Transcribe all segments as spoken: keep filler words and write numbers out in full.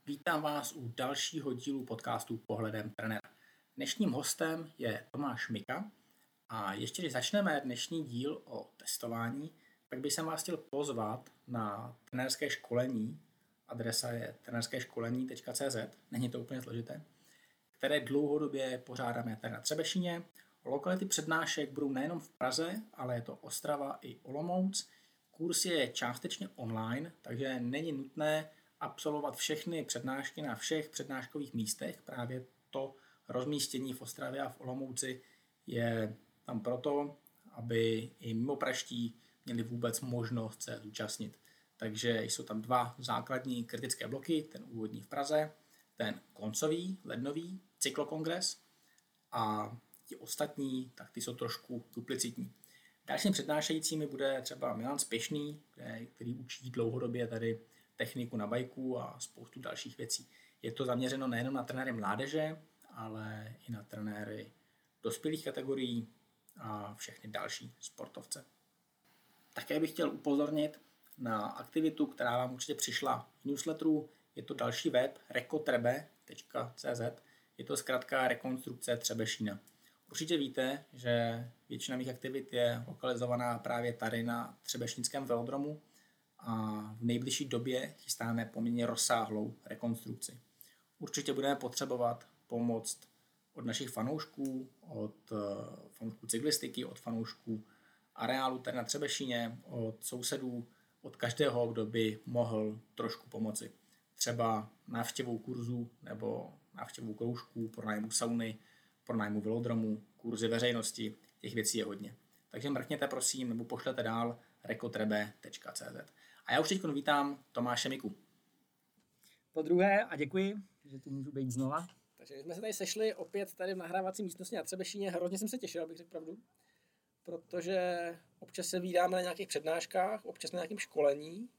Vítám vás u dalšího dílu podcastu Pohledem trenéra. Dnešním hostem je Tomáš Mika a ještě když začneme dnešní díl o testování, tak bych jsem vás chtěl pozvat na trenérské školení. Adresa je trenerské školení tečka cé zet, není to úplně složité, které dlouhodobě pořádáme tady na Třebešíně. Lokality přednášek budou nejenom v Praze, ale je to Ostrava i Olomouc. Kurs je částečně online, takže není nutné absolvovat všechny přednášky na všech přednáškových místech. Právě to rozmístění v Ostravě a v Olomouci je tam proto, aby i mimopraští měli vůbec možnost se zúčastnit. Takže jsou tam dva základní kritické bloky, ten úvodní v Praze, ten koncový, lednový cyklokongres a ti ostatní, tak ty jsou trošku duplicitní. Dalším přednášejícími bude třeba Milan Spěšný, který učí dlouhodobě tady techniku na bajku a spoustu dalších věcí. Je to zaměřeno nejenom na trenéry mládeže, ale i na trenéry dospělých kategorií a všechny další sportovce. Také bych chtěl upozornit na aktivitu, která vám určitě přišla v newsletteru. Je to další web rekotrebe tečka cé zet. Je to zkrátka rekonstrukce Třebešína. Určitě víte, že většina mých aktivit je lokalizovaná právě tady na Třebešínském velodromu a v nejbližší době chystáme poměrně rozsáhlou rekonstrukci. Určitě budeme potřebovat pomoc od našich fanoušků, od fanoušků cyklistiky, od fanoušků areálu tady na Třebešíně, od sousedů, od každého, kdo by mohl trošku pomoci. Třeba návštěvou kurzů nebo návštěvou kroužků, pronájmu sauny, pronájmu velodromu, kurzy veřejnosti, těch věcí je hodně. Takže mrkněte prosím, nebo pošlete dál rekotrebe tečka cé zet. A já už teď vítám Tomáše Miku. Po druhé a děkuji, že tu můžu být znova. Takže jsme se tady sešli opět tady v nahrávací místnosti na Třebešíně. Hrozně jsem se těšil, abych řekl pravdu, protože občas se vídáme na nějakých přednáškách, občas na nějakém školení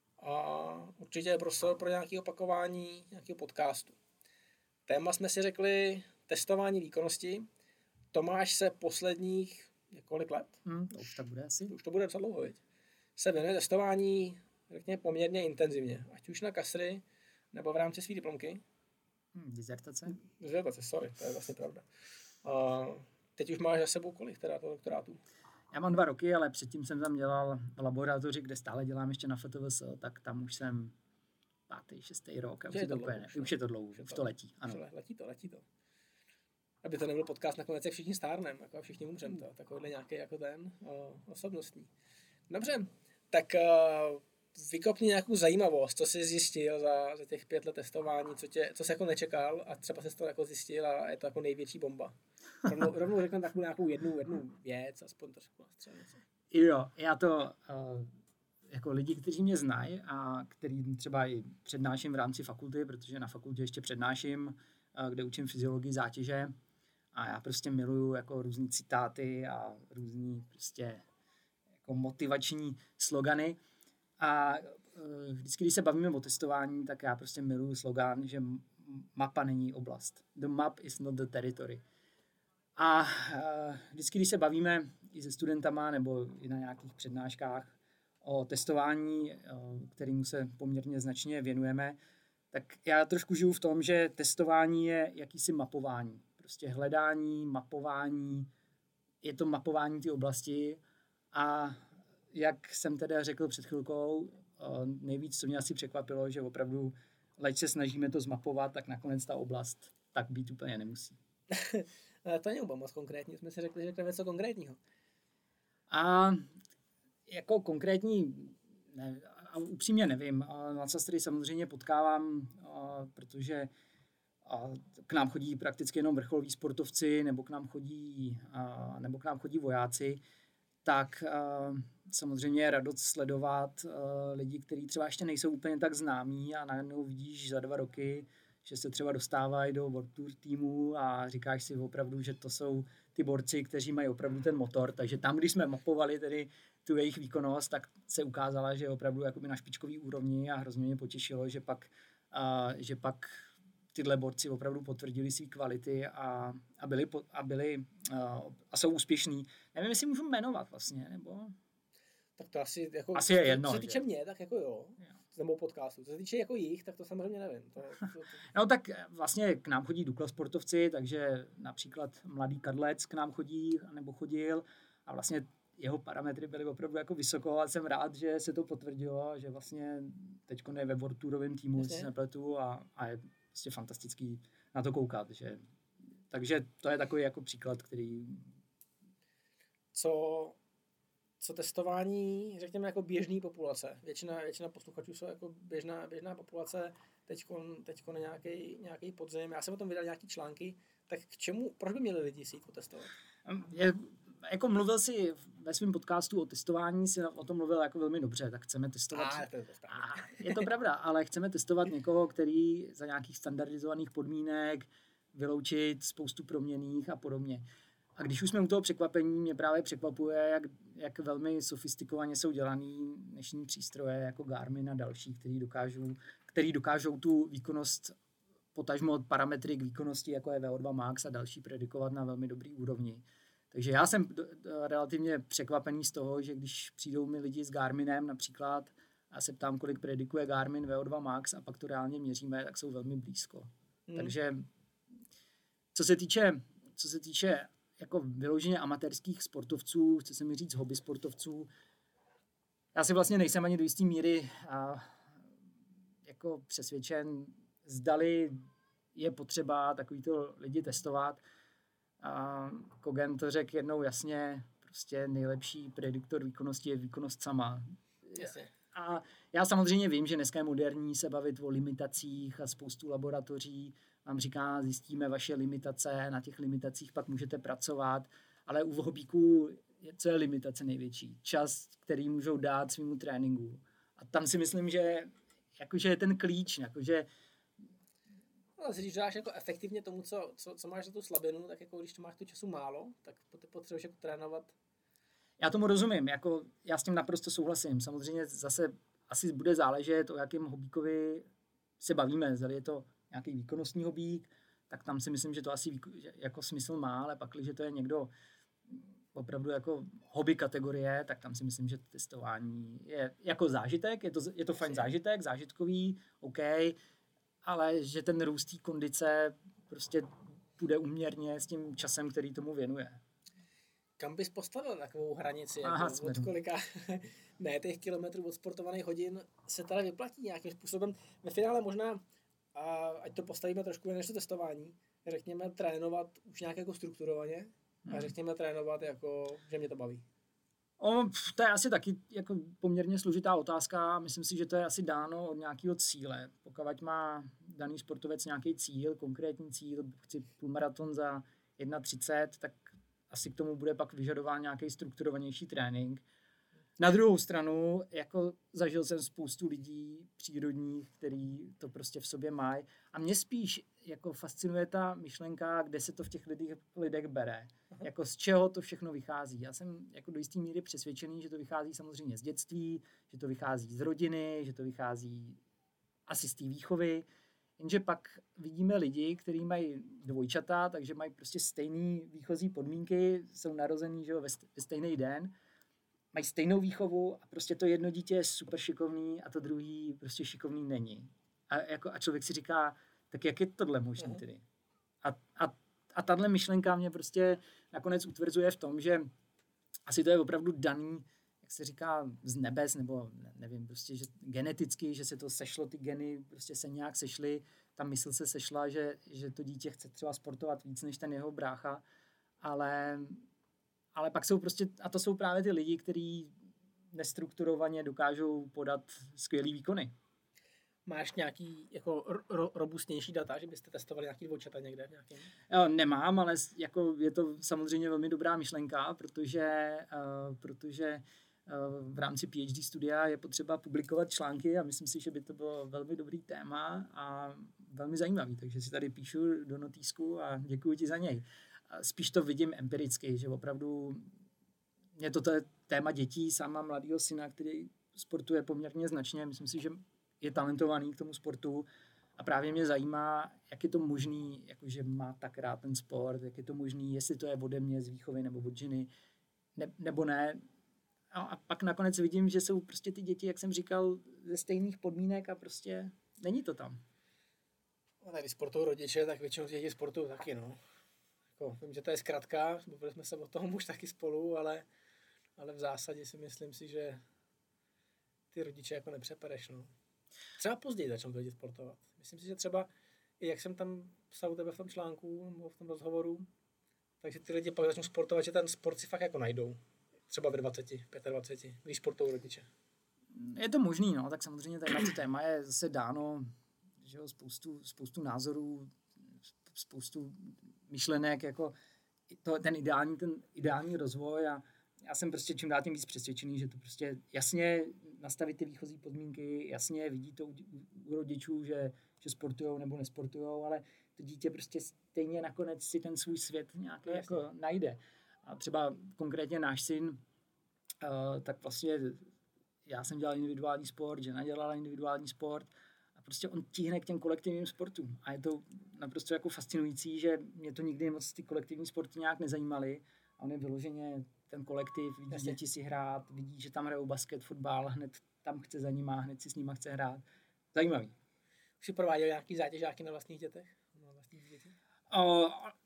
a určitě je prostor pro nějaké opakování nějakého podcastu. Téma jsme si řekli testování výkonnosti. Tomáš se posledních několik let, Hmm, to už tak bude asi. to už to bude docela dlouho, viď? Se věnuje testování, řekněme, poměrně intenzivně. Ať už na kasry, nebo v rámci své diplomky. Hmm, dizertace? Dizertace, sorry, to je vlastně pravda. A teď už máš za sebou kolik teda toho doktorátu? Já mám dva roky, ale předtím jsem tam dělal v laboratoři, kde stále dělám ještě na F T V S, tak tam už jsem pátý, šestý rok. A už, je to dlouho, ne, už je to dlouho, už, už to letí. Ano. Letí to, letí to. Aby to nebyl podcast nakonec, jak všichni stárnem, jako všichni umřem, to, takovýhle nějaký jako ten o, osobnostní. Dobře, tak uh, vykopni nějakou zajímavost, co jsi zjistil za, za těch pět let testování, co, tě, co jsi jako nečekal a třeba jsi to jako zjistil a je to jako největší bomba. Rovnou, rovnou řeknu takovou nějakou jednu, jednu věc, aspoň to řeknu nastřelnici. Jo, já to uh, jako lidi, kteří mě znají a který třeba i přednáším v rámci fakulty, protože na fakultě ještě přednáším, uh, kde učím fyziologii zátěže a já prostě miluju jako různý citáty a různý prostě jako motivační slogany. A vždycky, když se bavíme o testování, tak já prostě miluju slogan, že mapa není oblast. The map is not the territory. A vždycky, když se bavíme i se studentama nebo i na nějakých přednáškách o testování, kterému se poměrně značně věnujeme, tak já trošku žiju v tom, že testování je jakýsi mapování. Prostě hledání, mapování, je to mapování té oblasti a jak jsem teda řekl před chvilkou, nejvíc, co mě asi překvapilo, že opravdu, leč se snažíme to zmapovat, tak nakonec ta oblast tak být úplně nemusí. To není moc konkrétní, jsme si řekli, že to je něco konkrétního. A jako konkrétní, ne, a upřímně nevím, na co se tady samozřejmě potkávám, protože k nám chodí prakticky jenom vrcholoví sportovci, nebo k nám chodí, nebo k nám chodí vojáci, tak uh, samozřejmě je radost sledovat uh, lidi, kteří třeba ještě nejsou úplně tak známí a najednou vidíš za dva roky, že se třeba dostávají do World Tour týmu a říkáš si opravdu, že to jsou ty borci, kteří mají opravdu ten motor. Takže tam, když jsme mapovali tedy tu jejich výkonnost, tak se ukázala, že je opravdu jakoby na špičkový úrovni a hrozně mě potěšilo, že pak, uh, že pak tyhle borci opravdu potvrdili své kvality a, a byli, a, byli uh, a jsou úspěšní. Nevím, jestli můžu jmenovat vlastně, nebo... Tak to asi, jako, asi je jedno. Co se týče mě, tak jako jo. jo. nebo podcastu. Co se týče jako jich, tak to samozřejmě nevím. To, to, to... No tak vlastně k nám chodí Dukla sportovci, takže například mladý Kadlec k nám chodí, nebo chodil a vlastně jeho parametry byly opravdu jako vysoko a jsem rád, že se to potvrdilo, že vlastně teď je ve World Tourovém týmu, jestli se nepletu, a, a je prostě fantastický na to koukat. Že, takže to je takový jako příklad, který... Co, co testování, řekněme, jako běžný populace. Většina, většina posluchačů jsou jako běžná, běžná populace, teďkon, teďkon nějaký, nějaký podzim. Já jsem o tom vydal nějaký články, tak k čemu, proč by měli lidi si jít otestovat? Je, jako mluvil si ve svém podcastu o testování, si o tom mluvil jako velmi dobře, tak chceme testovat. A, to je, to a, je to pravda, ale chceme testovat někoho, který za nějakých standardizovaných podmínek vyloučit spoustu proměnných a podobně. A když už jsme u toho překvapení, mě právě překvapuje, jak, jak velmi sofistikovaně jsou dělaný dnešní přístroje jako Garmin a další, který dokážou, který dokážou tu výkonnost, potažmo parametry k výkonnosti, jako je V O dva Max a další, predikovat na velmi dobrý úrovni. Takže já jsem relativně překvapený z toho, že když přijdou mi lidi s Garminem například a se ptám, kolik predikuje Garmin V O dva Max a pak to reálně měříme, tak jsou velmi blízko. Hmm. Takže co se týče, co se týče jako vyloženě amatérských sportovců, chce se mi říct hobby sportovců, já si vlastně nejsem ani do jistý míry a, jako přesvědčen, zdali je potřeba takovýto lidi testovat. A Kogen to řekl jednou jasně, prostě nejlepší prediktor výkonnosti je výkonnost sama. Jasně. A já samozřejmě vím, že dneska je moderní se bavit o limitacích a spoustu laboratoří vám říká, zjistíme vaše limitace, na těch limitacích pak můžete pracovat, ale u hobíků, co je limitace největší? Čas, který můžou dát svýmu tréninku. A tam si myslím, že jakože je ten klíč, jakože no, když dáš jako efektivně tomu, co, co, co máš za tu slabinu, tak jako když to máš tu času málo, tak potřebuješ jako trénovat. Já tomu rozumím, jako já s tím naprosto souhlasím. Samozřejmě zase asi bude záležet, o jakém hobíkovi se bavíme. Zda je to nějaký výkonnostní hobík, tak tam si myslím, že to asi výko, jako smysl má, ale pak, když to je někdo opravdu jako hobby kategorie, tak tam si myslím, že testování je jako zážitek, je to, je to fajn zážitek, zážitkový, OK, ale že ten růst té kondice prostě půjde úměrně s tím časem, který tomu věnuje. Kam bys postavil takovou hranici? Aha, jako od kolika ne těch kilometrů od sportovaných hodin se teda vyplatí nějakým způsobem? Ve finále možná, a ať to postavíme trošku než to testování, řekněme trénovat už nějak jako strukturovaně a řekněme trénovat jako, že mě to baví. O, to je asi taky jako poměrně složitá otázka. Myslím si, že to je asi dáno od nějakého cíle. Pokud má daný sportovec nějaký cíl, konkrétní cíl, chci půlmaraton za jedna třicet, tak asi k tomu bude pak vyžadován nějaký strukturovanější trénink. Na druhou stranu, jako zažil jsem spoustu lidí přírodních, který to prostě v sobě mají. A mě spíš jako fascinuje ta myšlenka, kde se to v těch lidech, lidech bere. Aha. Jako z čeho to všechno vychází. Já jsem jako do jisté míry přesvědčený, že to vychází samozřejmě z dětství, že to vychází z rodiny, že to vychází asi z té výchovy. Jenže pak vidíme lidi, kteří mají dvojčata, takže mají prostě stejné výchozí podmínky, jsou narozený, že jo, ve stejný den, mají stejnou výchovu a prostě to jedno dítě je super šikovný a to druhý prostě šikovný není. A, jako, a člověk si říká, tak jak je tohle možné tedy? A, a, a tahle myšlenka mě prostě nakonec utvrzuje v tom, že asi to je opravdu daný, jak se říká, z nebes, nebo nevím, prostě, že geneticky, že se to sešlo, ty geny prostě se nějak sešly, ta mysl se sešla, že, že to dítě chce třeba sportovat víc než ten jeho brácha, ale, ale pak jsou prostě, a to jsou právě ty lidi, kteří nestrukturovaně dokážou podat skvělý výkony. Máš nějaký jako ro- robustnější data, že byste testovali nějaký dvojčata někde? Nějaký? Jo, nemám, ale jako je to samozřejmě velmi dobrá myšlenka, protože, uh, protože uh, v rámci PhD studia je potřeba publikovat články a myslím si, že by to bylo velmi dobrý téma a velmi zajímavý, takže si tady píšu do notýsku a děkuji ti za něj. Spíš to vidím empiricky, že opravdu je to téma dětí, sám mám mladýho syna, který sportuje poměrně značně, myslím si, že je talentovaný k tomu sportu a právě mě zajímá, jak je to možný, jakože má tak rád ten sport, jak je to možný, jestli to je ode mě z výchovy nebo od ženy, ne, nebo ne. a pak nakonec vidím, že jsou prostě ty děti, jak jsem říkal, ze stejných podmínek a prostě není to tam. A tady sportují rodiče, tak většinou děti sportují taky, no. Jako, vím, že to je zkratka, bavili jsme se o tom už taky spolu, ale, ale v zásadě si myslím si, že ty rodiče jako nepřepereš, no. Třeba později začnou děti sportovat. Myslím si, že třeba, i jak jsem tam psal u tebe v tom článku, nebo v tom rozhovoru, takže ty lidi pak začnou sportovat, že ten sport si fakt jako najdou. Třeba ve dvaceti, dvaceti pěti, když sportují rodiče. Je to možný, no, tak samozřejmě tady na to téma je zase dáno, že jo, spoustu, spoustu názorů, spoustu myšlenek, jako to, ten ideální, ten ideální rozvoj a já jsem prostě čím dál tím víc přesvědčený, že to prostě jasně nastavit ty výchozí podmínky, jasně vidí to u, u rodičů, že, že sportujou nebo nesportujou, ale to dítě prostě stejně nakonec si ten svůj svět nějaký jako najde. A třeba konkrétně náš syn, uh, tak vlastně já jsem dělal individuální sport, žena dělala individuální sport a prostě on tíhne k těm kolektivním sportům. A je to naprosto jako fascinující, že mě to nikdy moc ty kolektivní sporty nějak nezajímaly. A on je vyloženě ten kolektiv, vidí Jasně. děti si hrát, vidí, že tam hrajou basket, fotbal, hned tam chce za nima, hned si s nima chce hrát. Zajímavý. Už si prováděl nějaký zátěžáky na vlastních dětech? Na vlastních dětech? O,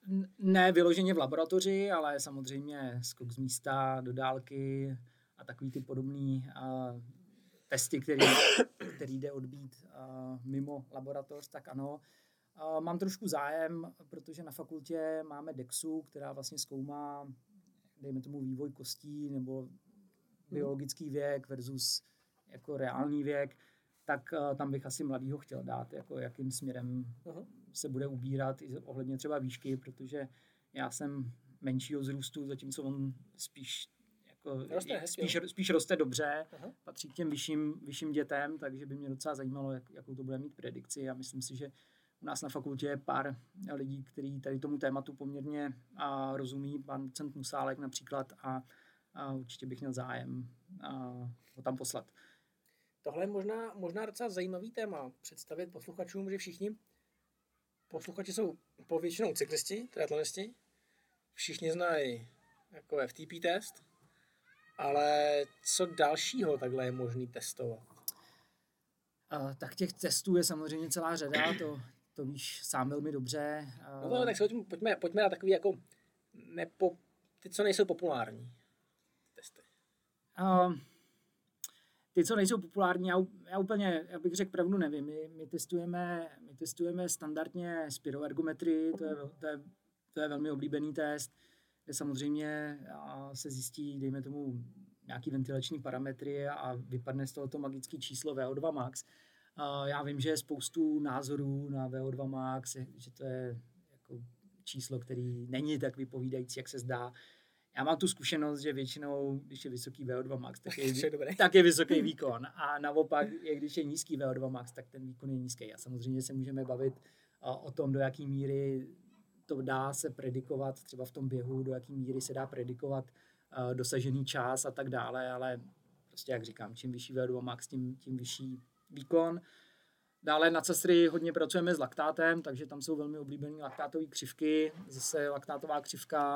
ne vyloženě v laboratoři, ale samozřejmě skok z místa do dálky a takový ty podobný a, testy, který, který jde odbít a, mimo laboratoř, tak ano. A, mám trošku zájem, protože na fakultě máme DEXu, která vlastně zkoumá, dejme tomu, vývoj kostí nebo biologický věk versus jako reálný věk, tak a, tam bych asi mladýho chtěl dát, jako jakým směrem uh-huh. se bude ubírat i ohledně třeba výšky, protože já jsem menšího vzrůstu, zatímco on spíš jako roste hezky, spíš, spíš roste dobře, uh-huh. patří k těm vyšším, vyšším dětem, takže by mě docela zajímalo, jak, jakou to bude mít predikci. A myslím si, že u nás na fakultě je pár lidí, kteří tady tomu tématu poměrně a, rozumí, pan docent Musálek například, a, a určitě bych měl zájem a, ho tam poslat. Tohle je možná, možná docela zajímavý téma představit posluchačům, že všichni posluchači jsou povětšinou cyklisti, triatlonisti, všichni znají jako F T P test, ale co dalšího takhle je možný testovat? Uh, tak těch testů je samozřejmě celá řada, to, to víš sám velmi dobře. Uh, no to, tak se pojďme, pojďme na takový jako nepo, ty, co nejsou populární testy. Uh, ty, co nejsou populární, já, já úplně, já bych řekl pravdu, nevím. My, my, testujeme, my testujeme standardně spiroergometrii, to je, to, je, to je velmi oblíbený test, kde samozřejmě se zjistí, dejme tomu, nějaký ventilační parametry a vypadne z tohoto magické číslo V O dva max. Já vím, že je spoustu názorů na V O dva max, že to je jako číslo, který není tak vypovídající, jak se zdá. Já mám tu zkušenost, že většinou, když je vysoký V O dva max, tak je, tak je vysoký výkon. A naopak, když je nízký V O dva max, tak ten výkon je nízký. A samozřejmě se můžeme bavit o tom, do jaké míry to dá se predikovat, třeba v tom běhu, do jaké míry se dá predikovat uh, dosažený čas a tak dále, ale prostě, jak říkám, čím vyšší V O dva max, tím, tím vyšší výkon. Dále na cestry hodně pracujeme s laktátem, takže tam jsou velmi oblíbené laktátové křivky. Zase laktátová křivka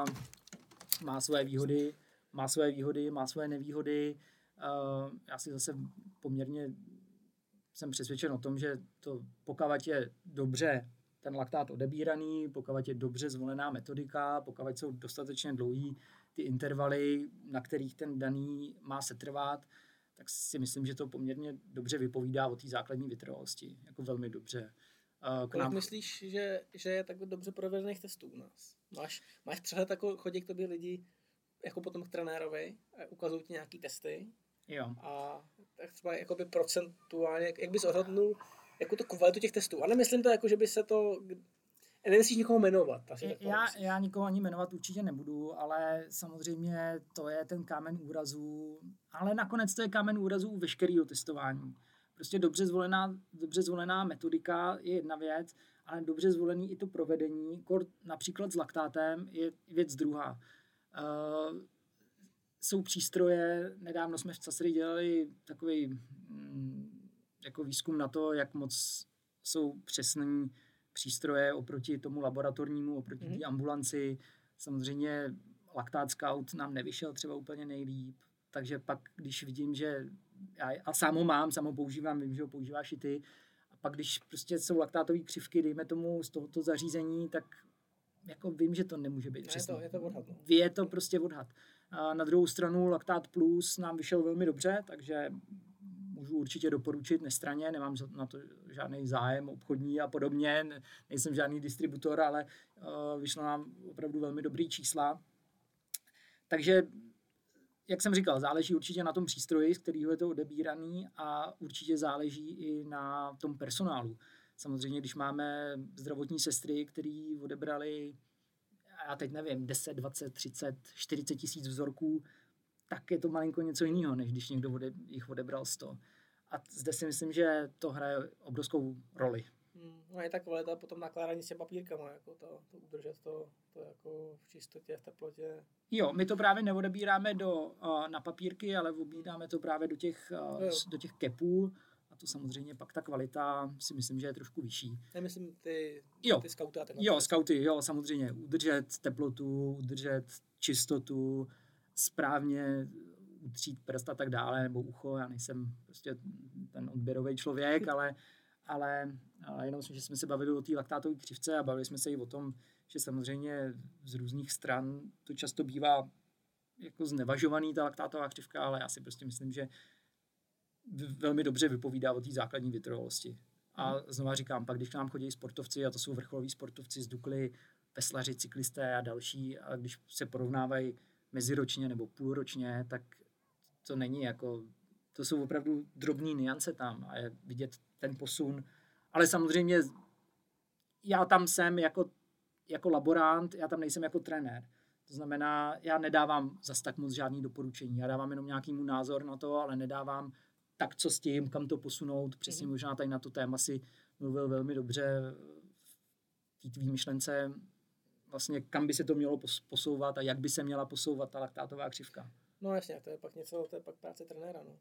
má své výhody, má své výhody, má své nevýhody. Uh, já si zase poměrně jsem přesvědčen o tom, že to pokud je dobře ten laktát odebíraný, pokud je dobře zvolená metodika, pokud jsou dostatečně dlouhý ty intervaly, na kterých ten daný má setrvat, tak si myslím, že to poměrně dobře vypovídá o té základní vytrvalosti. Jako velmi dobře. Uh, Kolik nám... myslíš, že, že je takhle dobře provedených testů u nás? Máš, máš přehled, jako chodí k tobě lidi jako potom k trenérovi, ukazují ti nějaký testy? Jo. A tak třeba jakoby procentuálně, jak bys odhadnul jako tu kvalitu těch testů? A nemyslím to jako, že by se to... Nemusíš nikoho jmenovat. Asi já, já nikoho ani jmenovat určitě nebudu, ale samozřejmě to je ten kámen úrazu, ale nakonec to je kámen úrazu u veškerého testování. Prostě dobře zvolená, dobře zvolená metodika je jedna věc, ale dobře zvolený i to provedení, například s laktátem, je věc druhá. Uh, jsou přístroje, nedávno jsme v CASRI dělali takový mm, jako výzkum na to, jak moc jsou přesný přístroje oproti tomu laboratornímu, oproti mm-hmm. té ambulanci. Samozřejmě laktát scout nám nevyšel třeba úplně nejlíp. takže pak, když vidím, že já, a sám ho mám, sám ho používám, vím, že ho používáš i ty, a pak když prostě jsou laktátové křivky, dejme tomu z tohoto zařízení, tak jako vím, že to nemůže být přesně. Je to, je to odhad. No. Je to prostě odhad. A na druhou stranu Laktát Plus nám vyšel velmi dobře, takže můžu určitě doporučit nestranně, nemám na to žádný zájem obchodní a podobně, nejsem žádný distributor, ale uh, vyšlo nám opravdu velmi dobrý čísla. Takže, jak jsem říkal, záleží určitě na tom přístroji, z kterého je to odebíraný, a určitě záleží i na tom personálu. Samozřejmě, když máme zdravotní sestry, který odebrali, já teď nevím, deset, dvacet, třicet, čtyřicet tisíc vzorků, tak je to malinko něco jiného, než když někdo ode, jich odebral sto. A zde si myslím, že to hraje obrovskou roli. Hmm, no je ta kvalita potom nakládání s těmi papírkama, jako to, to udržet to, to jako v čistotě, v teplotě. Jo, my to právě neodebíráme do, uh, na papírky, ale obídáme to právě do těch, uh, do těch kepů. A to samozřejmě pak ta kvalita si myslím, že je trošku vyšší. Já myslím ty, jo. ty skauty. Jo, skauty, jo, samozřejmě. Udržet teplotu, udržet čistotu, správně utřít prst a tak dále, nebo ucho. Já nejsem prostě ten odběrový člověk, ale, ale, ale jenom, že jsme se bavili o té laktátové křivce a bavili jsme se i o tom, že samozřejmě z různých stran to často bývá jako znevažovaný ta laktátová křivka, ale já si prostě myslím, že velmi dobře vypovídá o té základní vytrvalosti. A znova říkám, pak když k nám chodí sportovci, a to jsou vrcholoví sportovci z Dukly, veslaři, cyklisté a další, a když se porovnávají meziročně nebo půlročně, tak to není jako, to jsou opravdu drobné nuance tam a je vidět ten posun. Ale samozřejmě já tam jsem jako, jako laborant, já tam nejsem jako trenér. To znamená, já nedávám zas tak moc žádný doporučení, já dávám jenom nějaký můj názor na to, ale nedávám tak, co s tím, kam to posunout. Přesně možná tady na to téma si mluvil velmi dobře v té tvý myšlence, vlastně kam by se to mělo posouvat a jak by se měla posouvat ta laktátová křivka. No jasně, to je pak něco, to je pak práce trenéra. No.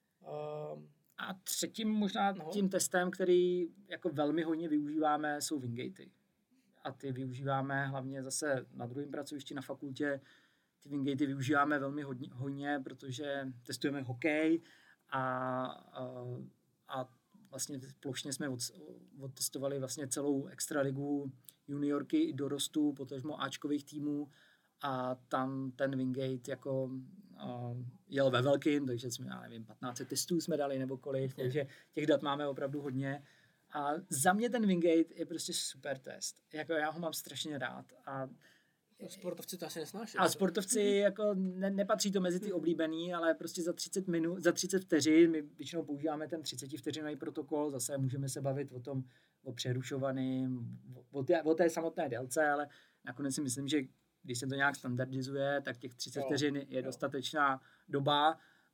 Um, a třetím možná no. tím testem, který jako velmi hodně využíváme, jsou Wingatey. A ty využíváme hlavně zase na druhém pracovišti na fakultě. Ty Wingatey využíváme velmi hodně, hodně, protože testujeme hokej a, a, a vlastně plošně jsme od, odtestovali vlastně celou extraligu, juniorky i dorostu, potažmo áčkových týmů, a tam ten Wingate jako uh, jel ve velkým, takže jsme, já nevím, patnáct testů jsme dali nebo kolik, takže těch dat máme opravdu hodně. A za mě ten Wingate je prostě super test. Jako já ho mám strašně rád. A sportovci to asi nesnáší. A sportovci jako ne, nepatří to mezi ty oblíbený, ale prostě za třicet minut, za třicet vteřin, my většinou používáme ten třicet vteřinový protokol, zase můžeme se bavit o tom, o přerušovaným, o té, o té samotné délce, ale nakonec si myslím, že když se to nějak standardizuje, tak těch třicet vteřin je jo. dostatečná doba,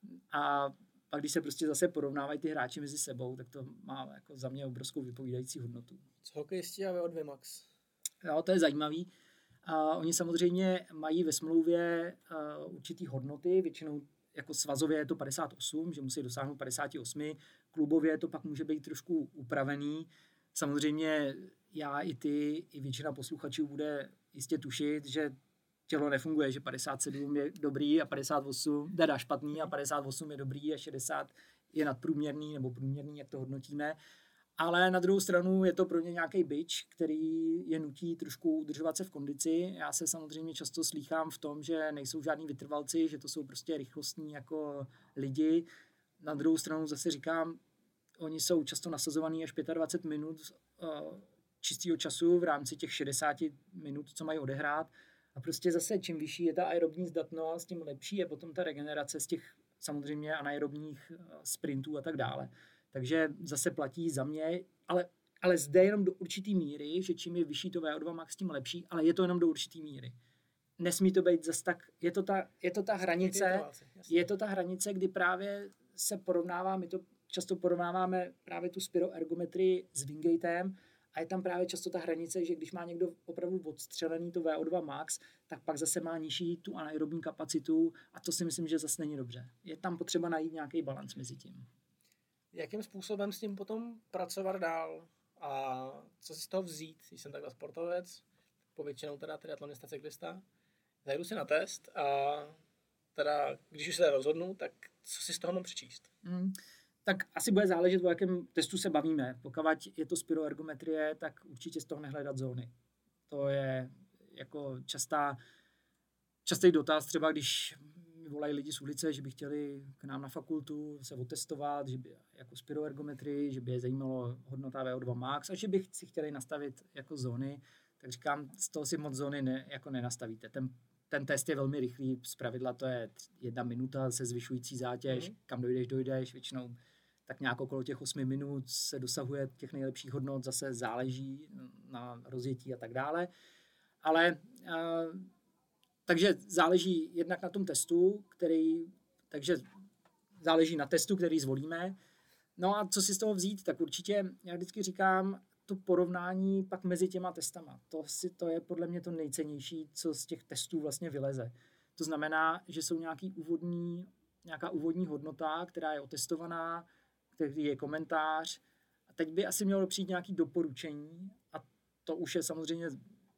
a pak když se prostě zase porovnávají ty hráči mezi sebou, tak to má jako za mě obrovskou vypovídající hodnotu. Co hokejisti a V O dva max? Jo, to je zajímavý. A oni samozřejmě mají ve smlouvě uh, určitý hodnoty, většinou jako svazově je to padesát osm, že musí dosáhnout padesát osm, klubově to pak může být trošku upravený. Samozřejmě já i ty, i většina posluchačů bude jistě tušit, že tělo nefunguje, že padesát sedm je dobrý a padesát osm, teda špatný a padesát osm je dobrý a šedesát je nadprůměrný nebo průměrný, jak to hodnotíme. Ale na druhou stranu je to pro ně nějaký bič, který je nutí trošku udržovat se v kondici. Já se samozřejmě často slýchám v tom, že nejsou žádní vytrvalci, že to jsou prostě rychlostní jako lidi. Na druhou stranu zase říkám, oni jsou často nasazovaní až dvacet pět minut uh, čistého času v rámci těch šedesát minut, co mají odehrát. A prostě zase čím vyšší je ta aerobní zdatnost, tím lepší je potom ta regenerace z těch samozřejmě anaerobních uh, sprintů a tak dále. Takže zase platí za mě, ale, ale zde jenom do určitý míry, že čím je vyšší to V O dva max, tím lepší, ale je to jenom do určitý míry. Nesmí to být zase tak, je to ta, je to ta hranice, je to ta hranice, kdy právě se porovnává, my to často porovnáváme právě tu spiroergometrii s Wingatem, a je tam právě často ta hranice, že když má někdo opravdu odstřelený to V O dva max, tak pak zase má nižší tu anaerobní kapacitu, a to si myslím, že zase není dobře. Je tam potřeba najít nějaký balans mezi tím. Jakým způsobem s tím potom pracovat dál a co si z toho vzít, když jsem takhle sportovec, povětšinou teda triatlonista, cyklista, zajdu si na test a teda, když už se rozhodnu, tak co si z toho mám přečíst? Mm, tak asi bude záležet, o jakém testu se bavíme. Pokud je to spiroergometrie, tak určitě z toho nehledat zóny. To je jako častá, častý dotaz, třeba když mi volají lidi z ulice, že by chtěli k nám na fakultu se otestovat, že by jako spiroergometrii, že by je zajímalo hodnota V O dva max a že by si chtěli nastavit jako zóny, tak říkám, z toho si moc zóny ne, jako nenastavíte. Ten, ten test je velmi rychlý, zpravidla to je jedna minuta se zvyšující zátěž, mm. kam dojdeš, dojdeš, většinou tak nějak okolo těch osmi minut se dosahuje těch nejlepších hodnot, zase záleží na rozjetí a tak dále. Ale uh, takže záleží jednak na tom testu, který, takže záleží na testu, který zvolíme. No a co si z toho vzít, tak určitě, já vždycky říkám, to porovnání pak mezi těma testama. To, si, to je podle mě to nejcennější, co z těch testů vlastně vyleze. To znamená, že jsou nějaký úvodní, nějaká úvodní hodnota, která je otestovaná, který je komentář. A teď by asi mělo přijít nějaké doporučení a to už je samozřejmě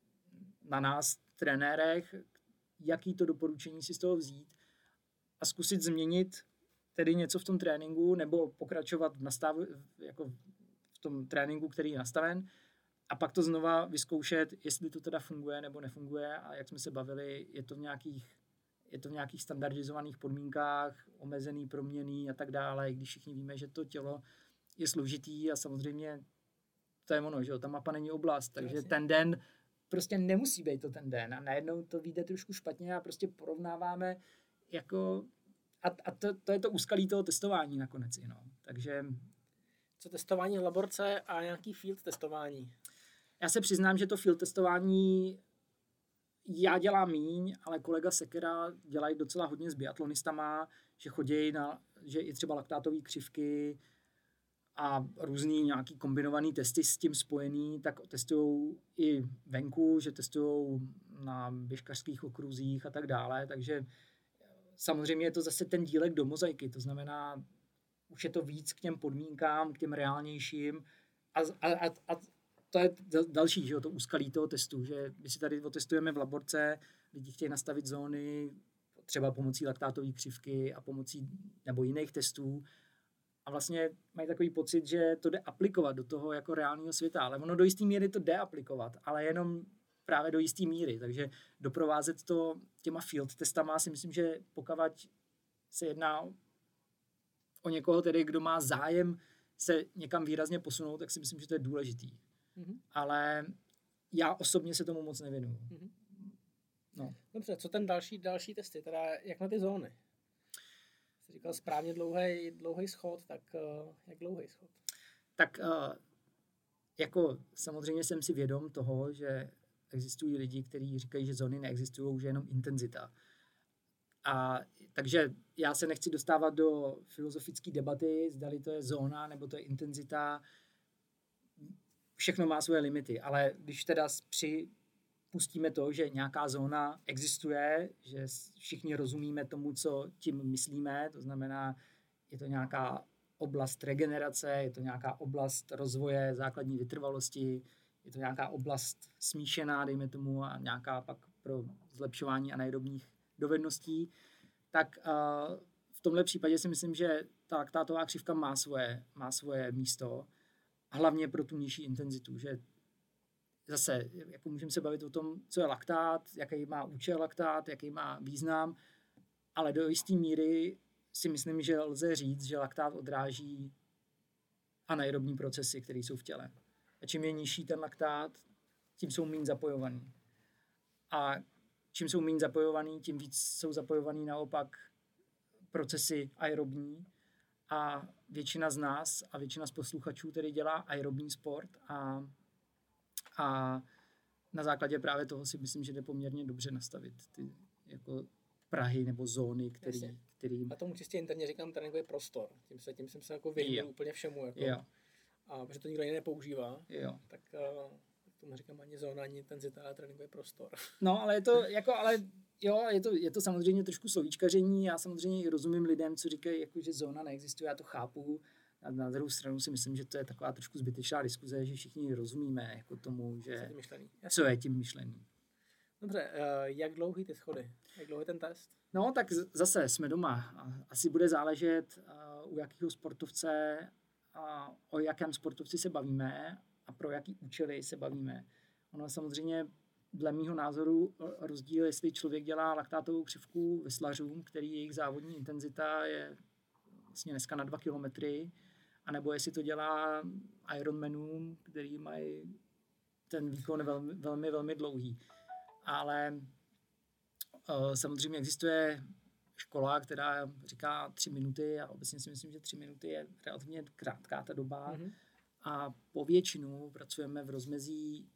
na nás, trenérech, jaký to doporučení si z toho vzít a zkusit změnit tedy něco v tom tréninku nebo pokračovat v, nastav, jako v tom tréninku, který je nastaven a pak to znova vyzkoušet, jestli to teda funguje nebo nefunguje a jak jsme se bavili, je to v nějakých, je to v nějakých standardizovaných podmínkách, omezený, proměnný a tak dále, i když všichni víme, že to tělo je složitý a samozřejmě to je ono, že jo, ta mapa není oblast, takže Jasně. ten den prostě nemusí být to ten den a najednou to vyjde trošku špatně a prostě porovnáváme jako a, a to, to je to úskalí toho testování nakonec, no. Takže co testování v laborce a nějaký field testování? Já se přiznám, že to field testování já dělám míň, ale kolega Sekera dělají docela hodně s biatlonistama, že chodí na, že i třeba laktátové křivky a různý nějaký kombinovaný testy s tím spojený, tak testují i venku, že testují na běžkařských okruzích a tak dále, takže samozřejmě je to zase ten dílek do mozaiky, to znamená, už je to víc k těm podmínkám, k těm reálnějším a, a, a, a to je další, že jo, to úskalí toho testu, že my si tady otestujeme v laborce, lidi chtějí nastavit zóny, třeba pomocí laktátové křivky a pomocí nebo jiných testů a vlastně mají takový pocit, že to jde aplikovat do toho jako reálného světa, ale ono do jisté míry to jde aplikovat, ale jenom právě do jisté míry, takže doprovázet to těma field testama si myslím, že pokud se jedná o někoho tedy, kdo má zájem se někam výrazně posunout, tak si myslím, že to je důležitý. Mm-hmm. Ale já osobně se tomu moc nevěnuju. Mm-hmm. No. Dobře, co ten další, další testy, teda jak na ty zóny? Jsi říkal správně dlouhý, dlouhý schod, tak uh, jak dlouhý schod? Tak uh, jako samozřejmě jsem si vědom toho, že existují lidi, kteří říkají, že zóny neexistují, že jenom intenzita. A takže já se nechci dostávat do filozofické debaty, zdali to je zóna, nebo to je intenzita. Všechno má svoje limity, ale když teda připustíme to, že nějaká zóna existuje, že všichni rozumíme tomu, co tím myslíme, to znamená, je to nějaká oblast regenerace, je to nějaká oblast rozvoje základní vytrvalosti, je to nějaká oblast smíšená, dejme tomu, a nějaká pak pro zlepšování anaerobních dovedností, tak uh, v tomhle případě si myslím, že ta laktátová křivka má svoje, má svoje místo, hlavně pro tu nižší intenzitu, že zase, jako můžeme se bavit o tom, co je laktát, jaký má účel laktát, jaký má význam, ale do jisté míry si myslím, že lze říct, že laktát odráží anaerobní procesy, které jsou v těle. A čím je nižší ten laktát, tím jsou méně zapojovaný. A čím jsou méně zapojovaný, tím víc jsou zapojovaný naopak procesy aerobní. A většina z nás a většina z posluchačů tedy dělá aerobní sport a, a na základě právě toho si myslím, že jde poměrně dobře nastavit ty jako prahy nebo zóny, který, který... A tomu čistě interně říkám tréninkový prostor. Tím, se, tím jsem se jako vyhnul úplně všemu. Jako, jo. A protože to nikdo jiný nepoužívá, jo. tak uh, tomu říkám ani zóna, ani intenzita, ale tréninkový prostor. No, ale je to jako, ale jo, je to, je to samozřejmě trošku slovíčkaření. Já samozřejmě i rozumím lidem, co říkají, jako, že zóna neexistuje, já to chápu. A na druhou stranu si myslím, že to je taková trošku zbytečná diskuze, že všichni rozumíme jako tomu, že co je tím myšlený. Co je tím myšlený. Dobře, jak dlouhý ty schody? Jak dlouhý ten test? No, tak zase jsme doma. Asi bude záležet, u jakého sportovce, o jakém sportovci se bavíme a pro jaký účely se bavíme. Ono samozřejmě dle mýho názoru rozdíl, jestli člověk dělá laktátovou křivku veslařům, který jejich závodní intenzita je vlastně dneska na dva kilometry, anebo jestli to dělá Ironmanům, který mají ten výkon velmi, velmi, velmi dlouhý. Ale uh, samozřejmě existuje škola, která říká tři minuty a obecně si myslím, že tři minuty je relativně krátká ta doba. Mm-hmm. A po většinu pracujeme v rozmezí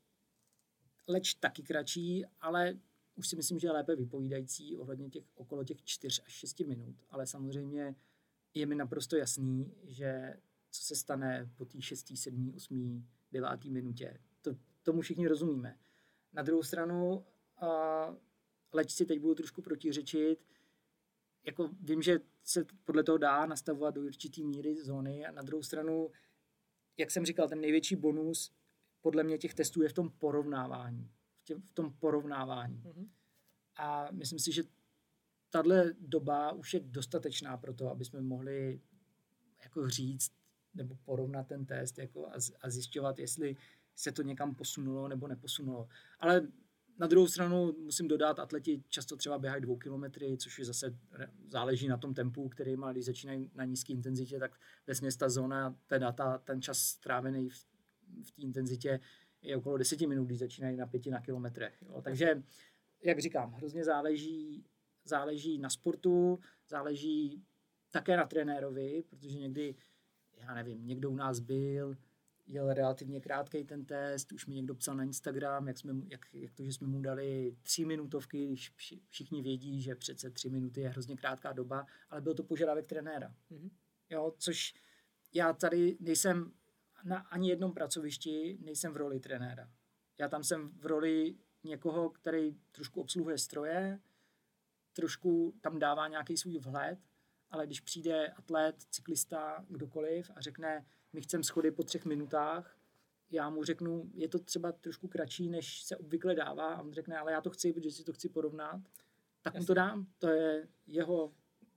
leč taky kratší, ale už si myslím, že je lépe vypovídající ohledně těch okolo těch čtyř až šesti minut. Ale samozřejmě je mi naprosto jasný, že co se stane po té šestý, sedmý, osmý, devátý minutě. To, tomu všichni rozumíme. Na druhou stranu, uh, leč si teď budu trošku protiřečit, jako vím, že se podle toho dá nastavovat do určitý míry zóny a na druhou stranu, jak jsem říkal, ten největší bonus podle mě těch testů je v tom porovnávání. V, tě, v tom porovnávání. Mm-hmm. A myslím si, že tahle doba už je dostatečná pro to, aby jsme mohli jako říct nebo porovnat ten test jako a, a zjišťovat, jestli se to někam posunulo nebo neposunulo. Ale na druhou stranu musím dodat, atleti často třeba běhají dvou kilometry, což je zase záleží na tom tempu, který má, když začínají na nízké intenzitě, tak vlastně ta zóna, teda ta, ten čas strávený v, v té intenzitě je okolo deseti minut, když začínají na pěti na kilometrech. Jo. Takže, jak říkám, hrozně záleží, záleží na sportu, záleží také na trenérovi, protože někdy, já nevím, někdo u nás byl, jel relativně krátkej ten test, už mi někdo psal na Instagram, jak, jsme, jak, jak to, že jsme mu dali tři minutovky, když všichni vědí, že přece tři minuty je hrozně krátká doba, ale byl to požadavek trenéra. Mm-hmm. Jo, což já tady nejsem na ani jednom pracovišti, nejsem v roli trenéra. Já tam jsem v roli někoho, který trošku obsluhuje stroje, trošku tam dává nějaký svůj vhled, ale když přijde atlet, cyklista, kdokoliv a řekne, my chceme schody po třech minutách, já mu řeknu, je to třeba trošku kratší, než se obvykle dává a on řekne, ale já to chci, protože si to chci porovnat, tak mu to dám, to je jeho,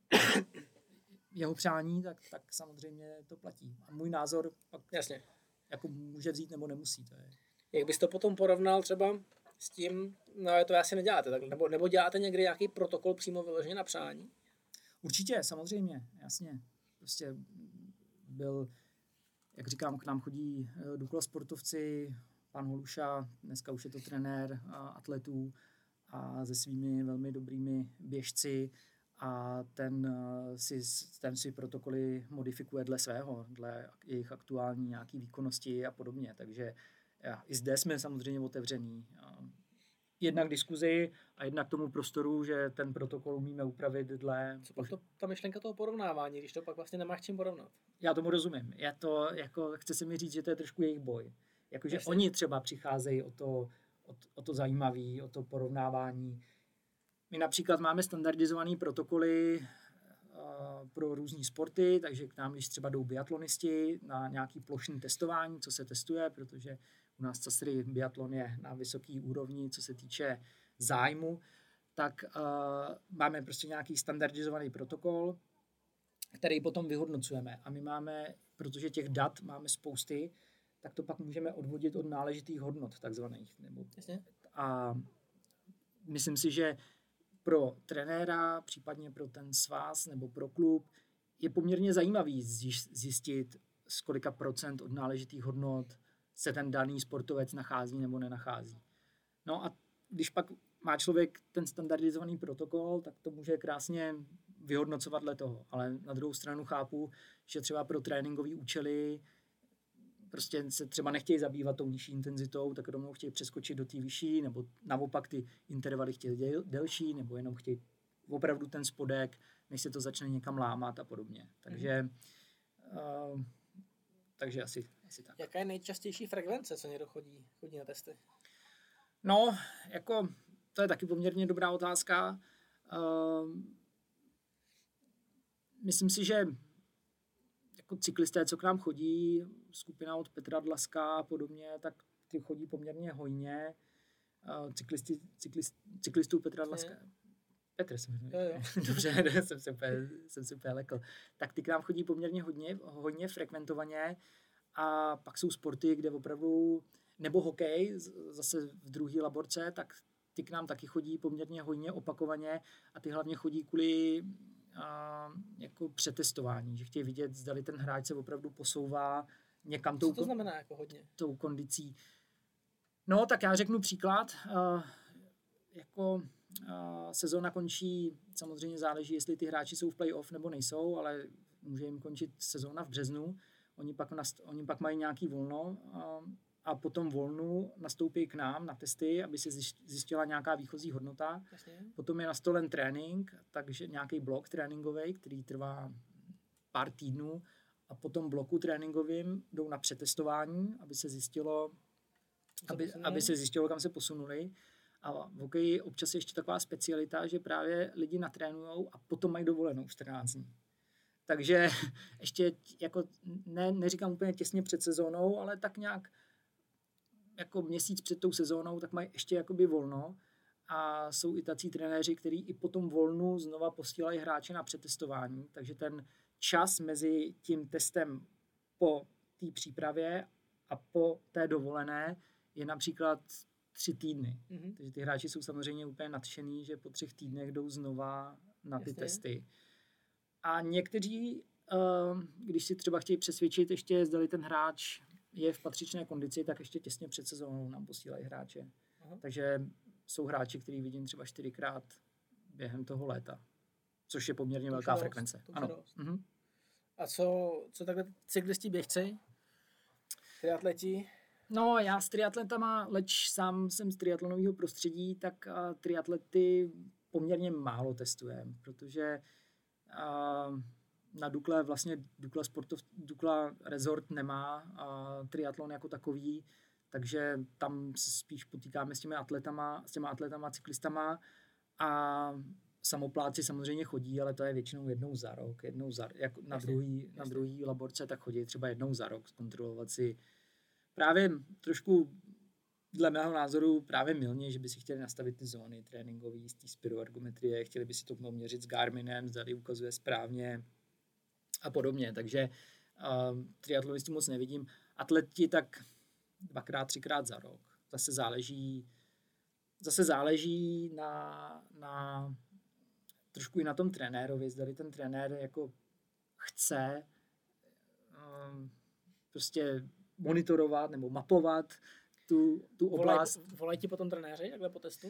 jeho přání, tak, tak samozřejmě to platí. A můj názor pak Jasně. jako může vzít nebo nemusí. To je. Jak bys to potom porovnal třeba s tím, no to asi neděláte, tak, nebo, nebo děláte někdy nějaký protokol přímo vyloženě na přání? Určitě, samozřejmě, jasně. Prostě byl, jak říkám, k nám chodí Dukla sportovci, pan Holuša, dneska už je to trenér atletů a se svými velmi dobrými běžci a ten si, ten si protokoly modifikuje dle svého, dle jejich aktuální nějaký výkonnosti a podobně, takže já, i zde jsme samozřejmě otevření. Jednak diskuzi a jednak tomu prostoru, že ten protokol umíme upravit dle... Co pak to, ta myšlenka toho porovnávání, když to pak vlastně nemáš čím porovnat? Já tomu rozumím. Já to, jako, chce se mi říct, že to je trošku jejich boj. Jakože oni třeba přicházejí o to, o, o to zajímavé, o to porovnávání. My například máme standardizované protokoly uh, pro různý sporty, takže k nám, když třeba jdou biatlonisti na nějaký plošný testování, co se testuje, protože u nás Casry biatlon je na vysoký úrovni, co se týče zájmu, tak uh, máme prostě nějaký standardizovaný protokol, který potom vyhodnocujeme. A my máme, protože těch dat máme spousty, tak to pak můžeme odvodit od náležitých hodnot takzvaných. Nebo, a myslím si, že pro trenéra, případně pro ten svaz nebo pro klub je poměrně zajímavý zjistit, z kolika procent od náležitých hodnot se ten daný sportovec nachází nebo nenachází. No a když pak má člověk ten standardizovaný protokol, tak to může krásně vyhodnocovat dle toho. Ale na druhou stranu chápu, že třeba pro tréninkové účely prostě se třeba nechtějí zabývat tou nižší intenzitou, tak rovnou chtějí přeskočit do té vyšší, nebo naopak ty intervaly chtějí děl, delší, nebo jenom chtějí opravdu ten spodek, než se to začne někam lámat a podobně. Takže, mm. uh, takže asi, asi tak. Jaká je nejčastější frekvence, co někdo chodí, chodí na testy? No, jako, to je taky poměrně dobrá otázka. Uh, myslím si, že jako cyklisté, co k nám chodí, skupina od Petra Dlaska a podobně, tak ty chodí poměrně hojně. uh, cyklisti, cyklist, cyklistů Petra Dlaska. Petr se jmenuje. Jo, jo. Dobře, jsem se úplně, jsem se úplně lekl. Tak ty k nám chodí poměrně hodně, hodně frekventovaně a pak jsou sporty, kde opravdu, nebo hokej, zase v druhé laborce, tak ty k nám taky chodí poměrně hodně opakovaně a ty hlavně chodí kvůli a, jako přetestování, že chtějí vidět, zdali ten hráč se opravdu posouvá někam tou, Co to znamená jako hodně? tou kondicí. No, tak já řeknu příklad. Uh, jako uh, sezóna končí, samozřejmě záleží, jestli ty hráči jsou v playoff nebo nejsou, ale může jim končit sezóna v březnu. Oni pak, nast- oni pak mají nějaký volno uh, a potom volnu nastoupí k nám na testy, aby se zjistila nějaká výchozí hodnota. Jasně. Potom je nastolen trénink, takže nějaký blok tréninkový, který trvá pár týdnů a potom bloku tréninkovým jdou na přetestování, aby se zjistilo, aby, aby se zjistilo, kam se posunuli. A v hokeji občas je ještě taková specialita, že právě lidi natrénujou a potom mají dovolenou čtrnáct dní. Takže ještě jako ne, neříkám úplně těsně před sezónou, ale tak nějak jako měsíc před tou sezónou, tak mají ještě jakoby volno a jsou i tací trenéři, kteří i po tom volnu znova posílají hráče na přetestování, takže ten čas mezi tím testem po té přípravě a po té dovolené je například tři týdny. Mm-hmm. Takže ty hráči jsou samozřejmě úplně nadšený, že po třech týdnech jdou znova na ty Jasně. testy. A někteří, když si třeba chtějí přesvědčit ještě, zdali ten hráč je v patřičné kondici, tak ještě těsně před sezónou nám posílají hráče. Aha. Takže jsou hráči, který vidím třeba čtyřikrát během toho léta, což je poměrně to velká dost, frekvence. Ano. Mhm. A co, co takhle cyklisti, běžci, triatleti? No, já s triatletama, leč sám jsem z triatlonového prostředí, tak uh, triatlety poměrně málo testujem, protože uh, na Dukle vlastně Dukla Sportov, Dukla Resort nemá uh, triatlon jako takový, takže tam se spíš potýkáme s těmi atletama, s těma atletama, cyklistama a samopláci samozřejmě chodí, ale to je většinou jednou za rok, jednou za, jako na, druhý, na druhý laborce, tak chodí třeba jednou za rok zkontrolovat si právě trošku dle mého názoru právě mylně, že by si chtěli nastavit ty zóny tréninkové z té spiroergometrie, chtěli by si to měřit s Garminem, zdali ukazuje správně a podobně, takže uh, triatlonistů moc nevidím. Atleti tak dvakrát, třikrát za rok. Zase záleží zase záleží na, na trošku i na tom trenérovi, zdali ten trenér jako chce um, prostě monitorovat nebo mapovat tu, tu oblast. Volají, volají ti potom trenéři takhle po testu?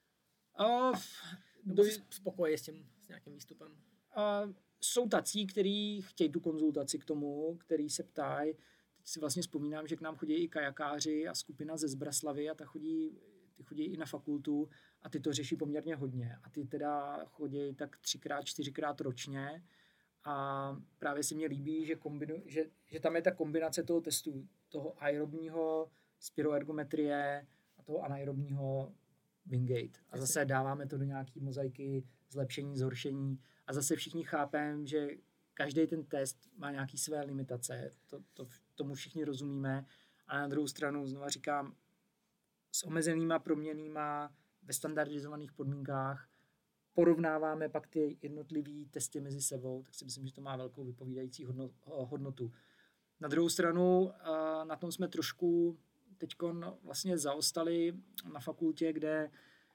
Uh, nebo jsi spokojí s tím, s nějakým výstupem? Uh, jsou tací, kteří chtějí tu konzultaci k tomu, který se ptají. Teď si vlastně vzpomínám, že k nám chodí i kajakáři a skupina ze Zbraslavy a ta chodí, ty chodí i na fakultu a ty to řeší poměrně hodně. A ty teda chodí tak třikrát, čtyřikrát ročně a právě se mně líbí, že, kombinu, že, že tam je ta kombinace toho testu, toho aerobního spiroergometrie a toho anaerobního Wingate. A zase dáváme to do nějaký mozaiky, zlepšení, zhoršení a zase všichni chápeme, že každý ten test má nějaké své limitace, to, to, tomu všichni rozumíme a na druhou stranu znova říkám, s omezenýma proměnnýma ve standardizovaných podmínkách porovnáváme pak ty jednotlivé testy mezi sebou, tak si myslím, že to má velkou vypovídající hodnotu. Na druhou stranu na tom jsme trošku teďkon vlastně zaostali na fakultě, kde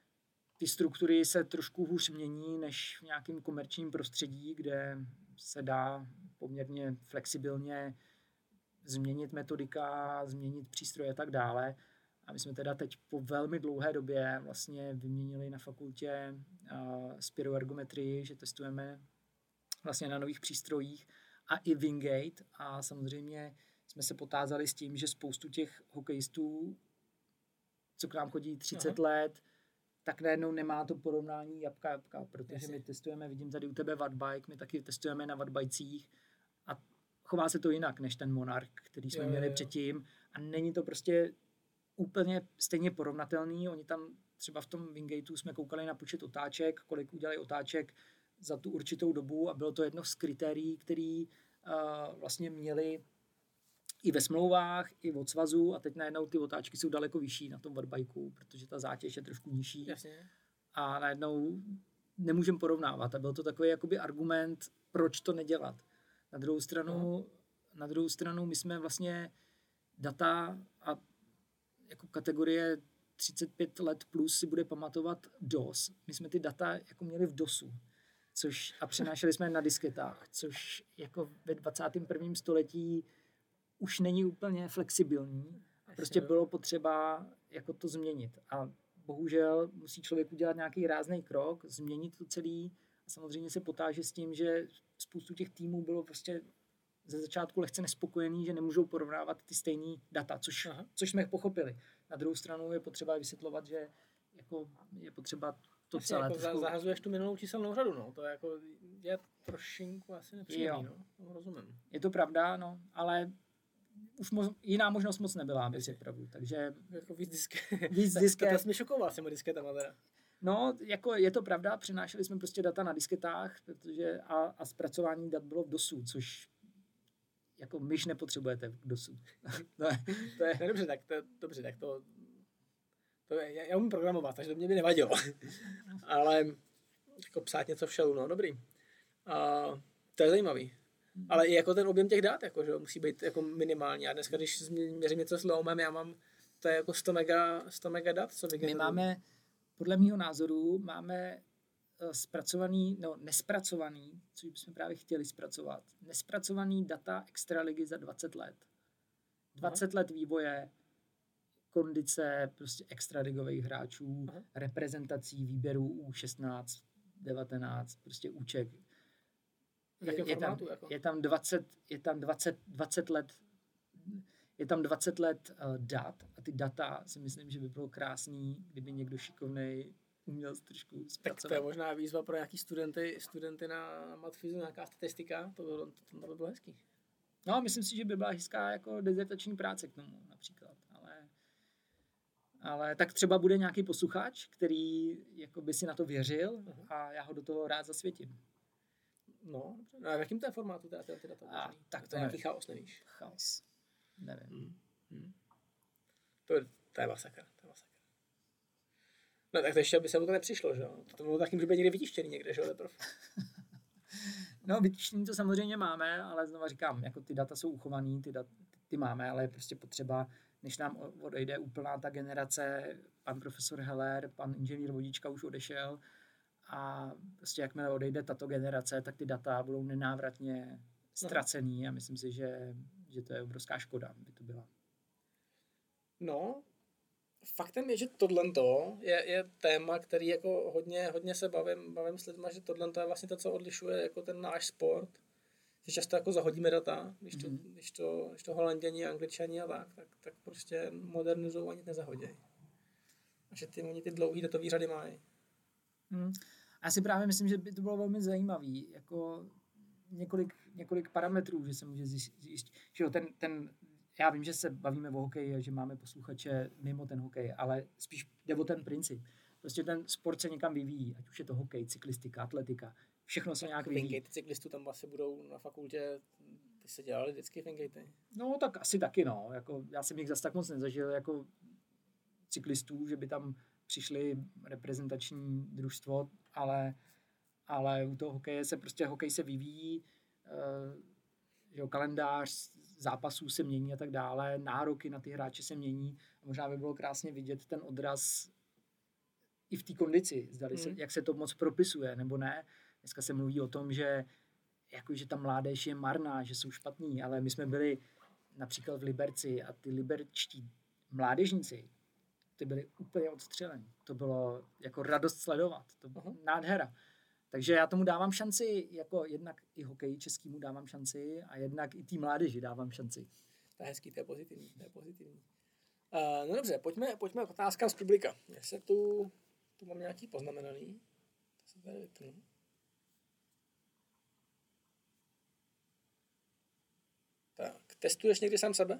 ty struktury se trošku hůř mění než v nějakém komerčním prostředí, kde se dá poměrně flexibilně změnit metodika, změnit přístroje a tak dále. A my jsme teda teď po velmi dlouhé době vlastně vyměnili na fakultě uh, spiroergometrii, že testujeme vlastně na nových přístrojích a i Wingate a samozřejmě jsme se potázali s tím, že spoustu těch hokejistů, co k nám chodí třicet Aha. let, tak najednou nemá to porovnání jabka jabka, protože Jasně. my testujeme, vidím tady u tebe wattbike, my taky testujeme na wattbajcích a chová se to jinak než ten Monarch, který jsme jo, měli jo. předtím a není to prostě úplně stejně porovnatelný. Oni tam třeba v tom Wingateu jsme koukali na počet otáček, kolik udělají otáček za tu určitou dobu a bylo to jedno z kritérií, který uh, vlastně měli i ve smlouvách, i od svazu a teď najednou ty otáčky jsou daleko vyšší na tom wattbajku, protože ta zátěž je trošku nižší. Jasně. A najednou nemůžeme porovnávat. A byl to takový jakoby argument, proč to nedělat. Na druhou stranu, na druhou stranu my jsme vlastně data a jako kategorie třicet pět let plus si bude pamatovat D O S. My jsme ty data jako měli v DOSu, což a přenášeli jsme na disketách, což jako ve dvacátém prvním století už není úplně flexibilní. Prostě bylo potřeba jako to změnit. A bohužel musí člověk udělat nějaký rázný krok, změnit to celý a samozřejmě se potáže s tím, že spoustu těch týmů bylo prostě ze začátku lehce nespokojený, že nemůžou porovnávat ty stejné data, což, což jsme pochopili. Na druhou stranu je potřeba vysvětlovat, že jako je potřeba to Vlastně celé jako trošku... zahazuješ tu minulou číselnou řadu, no. To je jako je trošinku asi nepříjemný, no. To rozumím. Je to pravda, no, ale už mo- jiná možnost moc nebyla, aby si pravdu, takže... Jako víc disket. Víc disket. To, to jsi mi šokoval s těma disketama teda. No, jako je to pravda, přenášeli jsme prostě data na disketách, protože a, a zpracování dat bylo v DOSu, což jako myš nepotřebujete v DOSu. to je, to je... No, dobře, tak to, dobře, tak to, to je, já, já umím programovat, takže to mě by nevadilo. Ale jako psát něco v shellu, no, dobrý. A, to je zajímavý. Ale i jako ten objem těch dat, jako, že musí být jako minimální. A dneska, když měřím něco s Leomem, já mám, to je jako sto mega, sto mega dat, co My máme, podle mého názoru, máme zpracovaný, no nespracovaný, což bychom právě chtěli zpracovat, nespracovaný data extraligy za dvacet let. dvacet Aha. let vývoje, kondice prostě extraligových hráčů, Aha. reprezentací, výběrů U šestnáct, devatenáct, prostě úček. Je, je, tam, jako? je tam dvacet, je tam dvacet, dvacet let je tam dvacet let uh, dat a ty data si myslím, že by bylo krásný, kdyby někdo šikovnej uměl trošku zpracovat. Tak to je možná výzva pro nějaký studenty, studenty na matfizu, nějaká statistika, to by bylo, to, to by bylo hezký. No, myslím si, že by byla hezká jako dizertační práce k tomu například, ale, ale tak třeba bude nějaký posluchač, který jako by si na to věřil uh-huh. a já ho do toho rád zasvětím. No, no a v jakým to je formátu teda ty data? A, tak to je nějaký chaos, nevíš? Chaos. Nevím. Hmm. Hmm. To, je, to je masakra, to je masakra. No tak to ještě by se mu to nepřišlo, že jo? To bylo taky, může být někde vytištěný někde, že jo? No vytištěný to samozřejmě máme, ale znova říkám, jako ty data jsou uchovaný, ty, dat, ty máme, ale je prostě potřeba, než nám odejde úplná ta generace, pan profesor Heller, pan inženýr Vodička už odešel a prostě jakmile odejde tato generace, tak ty data budou nenávratně ztracený a myslím si, že, že to je obrovská škoda, by to byla. No, faktem je, že tohle je, je téma, který jako hodně, hodně se bavím, bavím s lidma, že tohle je vlastně to, co odlišuje jako ten náš sport. Že často jako zahodíme data, když to, mm-hmm. když to, když to Holanděni, Angličani a tak, tak, tak prostě modernizují ani nezahodějí. A že ty, oni ty dlouhý datový řady mají. Mm. Já si právě myslím, že by to bylo velmi zajímavý, jako několik, několik parametrů, že se může zjistit, že jo, ten, ten, já vím, že se bavíme o hokeji a že máme posluchače mimo ten hokej, ale spíš jde o ten princip. Prostě ten sport se někam vyvíjí, ať už je to hokej, cyklistika, atletika, všechno se nějak vyvíjí. Fingate cyklistů tam asi budou na fakultě, ty se dělali vždycky fingatey. No tak asi taky, no. Jako, já jsem jich zase tak moc nezažil jako cyklistů, že by tam přišli reprezentační družstvo, ale, ale u toho hokeje se prostě hokej se vyvíjí, uh, jo, kalendář zápasů se mění a tak dále, nároky na ty hráče se mění a možná by bylo krásně vidět ten odraz i v té kondici, zdali mm. se, jak se to moc propisuje, nebo ne. Dneska se mluví o tom, že, jako, že ta mládež je marná, že jsou špatní, ale my jsme byli například v Liberci a ty liberčtí mládežníci, ty byli úplně odstřelení. To bylo jako radost sledovat. To byla uh-huh. nádhera. Takže já tomu dávám šanci, jako jednak i hokeji českýmu dávám šanci a jednak i té mládeži dávám šanci. To je hezký, to je pozitivní. To je pozitivní. Uh, no dobře, pojďme, pojďme k otázkám z publika. Já se tu, tu mám nějaký poznamenaný. To se tady vypnu. Tak, testuješ někdy sám sebe?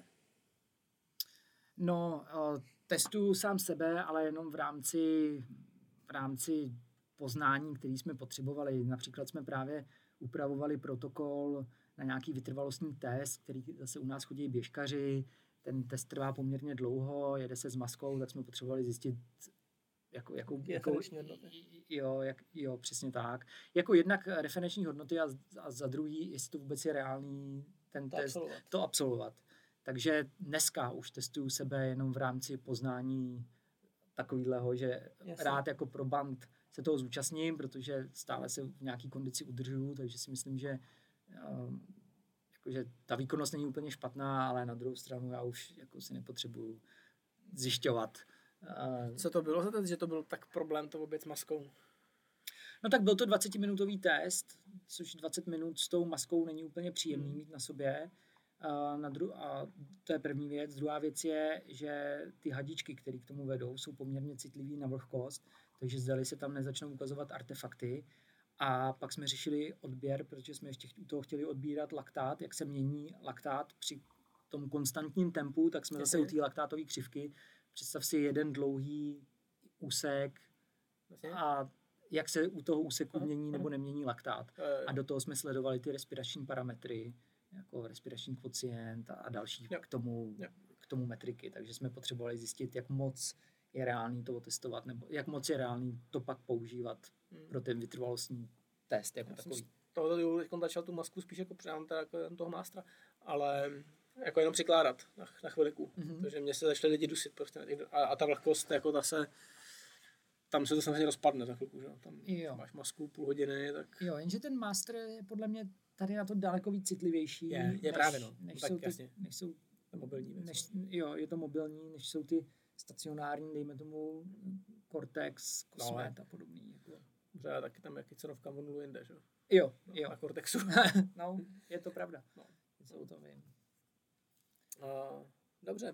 No, uh, testuju sám sebe, ale jenom v rámci, v rámci poznání, který jsme potřebovali. Například jsme právě upravovali protokol na nějaký vytrvalostní test, který zase u nás chodí běžkaři. Ten test trvá poměrně dlouho, jede se s maskou, tak jsme potřebovali zjistit, jako, jakou, jakou, jo, jak, jo, přesně tak. Jako jednak referenční hodnoty a, a za druhý, jestli to vůbec je reálný ten to test, absolvovat. to absolvovat. Takže dneska už testuju sebe jenom v rámci poznání takovýhleho, že Jasně. rád jako pro band se toho zúčastním, protože stále se v nějaký kondici udržuju, takže si myslím, že, um, jako, že ta výkonnost není úplně špatná, ale na druhou stranu já už jako si nepotřebuju zjišťovat. Uh, Co to bylo za test, že to byl tak problém to vůbec s maskou? No tak byl to dvacetiminutový test, což dvacet minut s tou maskou není úplně příjemný mít na sobě. A, na dru- a to je první věc. Druhá věc je, že ty hadičky, které k tomu vedou, jsou poměrně citlivý na vlhkost, takže zdali se tam nezačnou ukazovat artefakty. A pak jsme řešili odběr, protože jsme ještě u toho chtěli odbírat laktát, jak se mění laktát při tom konstantním tempu, tak jsme zase u té laktátové křivky. Představ si jeden dlouhý úsek a jak se u toho úseku mění nebo nemění laktát. A do toho jsme sledovali ty respirační parametry, jako respirační kvocient a další k tomu, k tomu metriky. Takže jsme potřebovali zjistit, jak moc je reálný to otestovat, nebo jak moc je reálný to pak používat hmm. pro ten vytrvalostní test jako Já takový. Tohle teď začal tu masku spíš jako přidám jako toho mástra, ale jako jenom přikládat na, na chvilku, mm-hmm. protože mě se začaly lidi dusit prostě a, a ta vlhkost jako ta se tam se to samozřejmě rozpadne za chvilku, že? Tam jo. máš masku půl hodiny, tak... Jo, jenže ten master je podle mě tady na to daleko víc citlivější. Je, je než, právě no, než tak jsou ty, jasně. Než jsou mobilní věc. Než, jo, je to mobilní, než jsou ty stacionární, dejme tomu Cortex, Cosmet no, a podobný. Jako. Třeba taky tam jaký cenovka vonulu jinde, že? Jo, no, jo. Na Cortexu. No, je to pravda. No. Co o tom vím. Uh, dobře.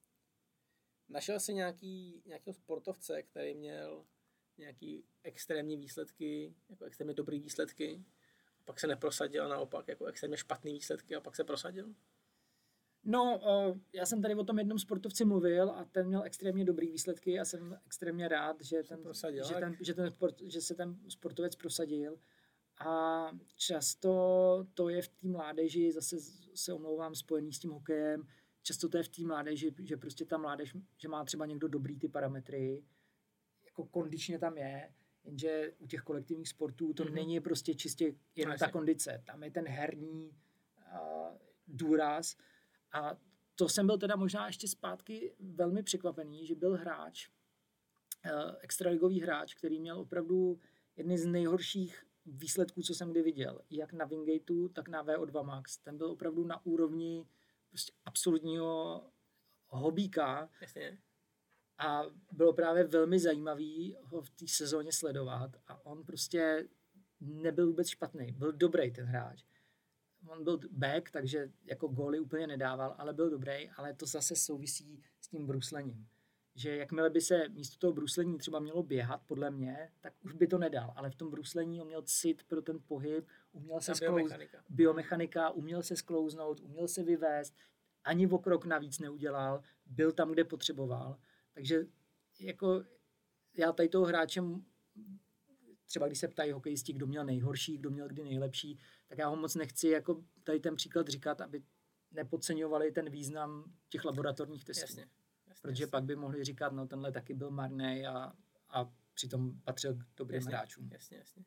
Našel jsi nějaký, nějakého sportovce, který měl nějaký extrémní výsledky, jako extrémně dobrý výsledky, a pak se neprosadil a naopak jako extrémně špatný výsledky a pak se prosadil? No, já jsem tady o tom jednom sportovci mluvil a ten měl extrémně dobrý výsledky a jsem extrémně rád, že, ten, prosadil, že, ten, že, ten sport, že se ten sportovec prosadil. A často to je v té mládeži, zase se omlouvám, spojený s tím hokejem, často to je v té mládeži, že prostě ta mládež, že má třeba někdo dobrý ty parametry, jako kondičně tam je, jenže u těch kolektivních sportů to mm-hmm. není prostě čistě jen ta kondice. Tam je ten herní uh, důraz. A to jsem byl teda možná ještě zpátky velmi překvapený, že byl hráč, uh, extraligový hráč, který měl opravdu jedny z nejhorších výsledků, co jsem kdy viděl. Jak na Wingateu, tak na V O dva Max. Ten byl opravdu na úrovni prostě absolutního hobíka. Jasně. A bylo právě velmi zajímavý ho v té sezóně sledovat. A on prostě nebyl vůbec špatný. Byl dobrý ten hráč. On byl back, takže jako góly úplně nedával, ale byl dobrý, ale to zase souvisí s tím bruslením. Že jakmile by se místo toho bruslení třeba mělo běhat, podle mě, tak už by to nedal. Ale v tom bruslení on měl cit pro ten pohyb, uměl se sklouznout. Biomechanika. biomechanika, uměl se sklouznout, uměl se vyvést, ani o krok navíc neudělal, byl tam, kde potřeboval. Takže jako já tady toho hráčem, třeba když se ptají hokejisti, kdo měl nejhorší, kdo měl kdy nejlepší, tak já ho moc nechci jako tady ten příklad říkat, aby nepodceňovali ten význam těch laboratorních testů. Jasně. Jasně, protože jasně. pak by mohli říkat, no tenhle taky byl marnej a, a přitom patřil k dobrým jasně, hráčům. Jasně, jasně.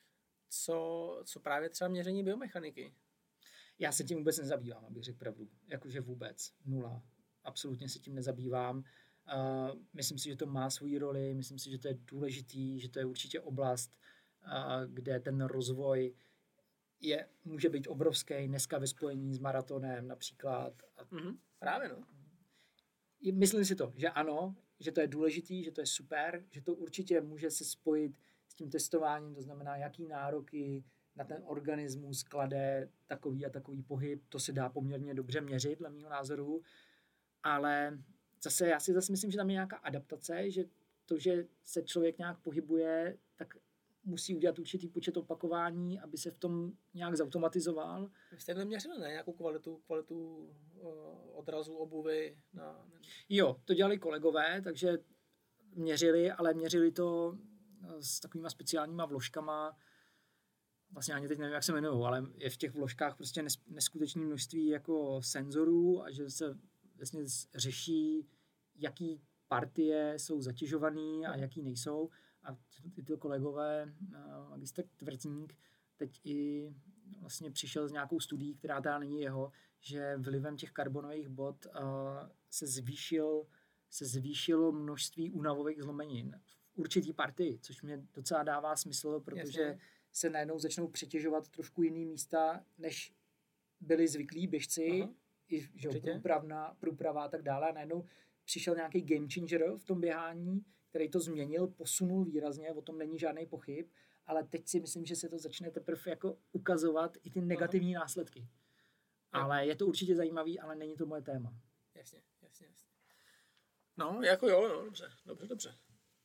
Co, co právě třeba měření biomechaniky? Já se tím vůbec nezabývám, abych řekl pravdu. Jakože vůbec. Nula. Absolutně se tím nezabývám. Uh, myslím si, že to má svoji roli, myslím si, že to je důležitý, že to je určitě oblast, uh, kde ten rozvoj je, může být obrovský, dneska ve spojení s maratonem například. Mm-hmm. Právě no. Myslím si to, že ano, že to je důležitý, že to je super, že to určitě může se spojit s tím testováním, to znamená, jaký nároky na ten organismus klade takový a takový pohyb, to se dá poměrně dobře měřit, dle mého názoru, ale zase já si zase myslím, že tam je nějaká adaptace, že to, že se člověk nějak pohybuje, tak musí udělat určitý počet opakování, aby se v tom nějak zautomatizoval. Vy jste neměřili, ne? Nějakou kvalitu, kvalitu uh, odrazu obuvy? Na... Jo, to dělali kolegové, takže měřili, ale měřili to s takovýma speciálníma vložkama. vlastně ani teď nevím, jak se jmenují, ale je v těch vložkách prostě nes, neskutečné množství jako senzorů a že se vlastně řeší, jaký partie jsou zatěžovaný a jaký nejsou. A tyto kolegové, magistr Tvrcník, teď i vlastně přišel s nějakou studií, která teda není jeho, že vlivem těch karbonových bod uh, se zvýšil, se zvýšilo množství únavových zlomenin v určitý partii, což mě docela dává smysl, protože Jasně. se najednou začnou přetěžovat trošku jiný místa, než byli zvyklí běžci, Aha. i že průpravna, průprava a tak dále. A najednou přišel nějaký game changer v tom běhání, který to změnil, posunul výrazně, o tom není žádný pochyb, ale teď si myslím, že se to začne teprve jako ukazovat i ty negativní Aha. následky. Ale je to určitě zajímavý, ale není to moje téma. Jasně, jasně, jasně. No, jako jo, no, dobře, dobře, dobře.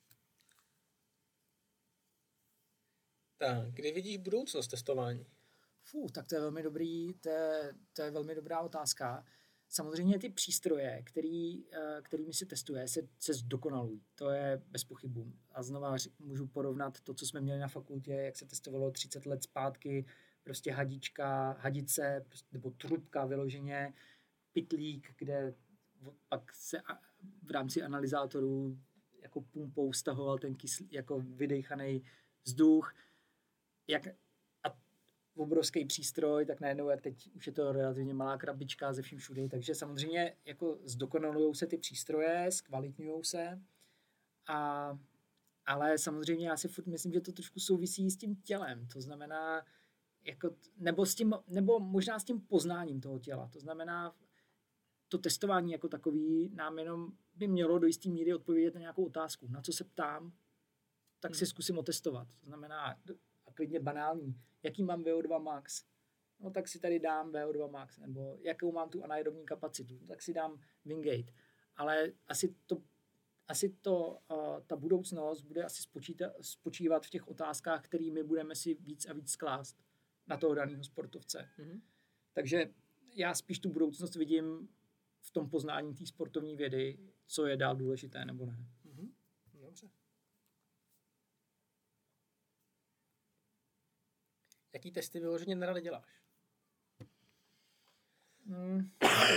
Tak, kdy vidíš budoucnost testování? Fů, tak to je velmi dobrý, to je, to je velmi dobrá otázka. Samozřejmě ty přístroje, který, kterými se testuje, se, se zdokonalují. To je bez pochybu. A znova můžu porovnat to, co jsme měli na fakultě, jak se testovalo třicet let zpátky, prostě hadička, hadice, nebo trubka vyloženě, pytlík, kde pak se v rámci analyzátorů jako pumpou stahoval ten kyslík, jako vydejchaný vzduch. Jak obrovský přístroj, tak najednou, jak teď už je to relativně malá krabička ze vším všude, takže samozřejmě jako zdokonalujou se ty přístroje, zkvalitňujou se, a, ale samozřejmě já si furt myslím, že to trošku souvisí s tím tělem, to znamená, jako, nebo, s tím, nebo možná s tím poznáním toho těla, to znamená, to testování jako takový nám jenom by mělo do jisté míry odpovědět na nějakou otázku, na co se ptám, tak si zkusím otestovat, to znamená, a klidně banální, jaký mám V O dva max, no tak si tady dám V O dva max, nebo jakou mám tu anaerobní kapacitu, no, tak si dám Wingate. Ale asi to, asi to uh, ta budoucnost bude asi spočíta, spočívat v těch otázkách, kterými budeme si víc a víc klást na toho daného sportovce. Mm-hmm. Takže já spíš tu budoucnost vidím v tom poznání té sportovní vědy, co je dál důležité nebo ne. Mm-hmm. Dobře. Jaký testy vyloženě nerada děláš? Hmm.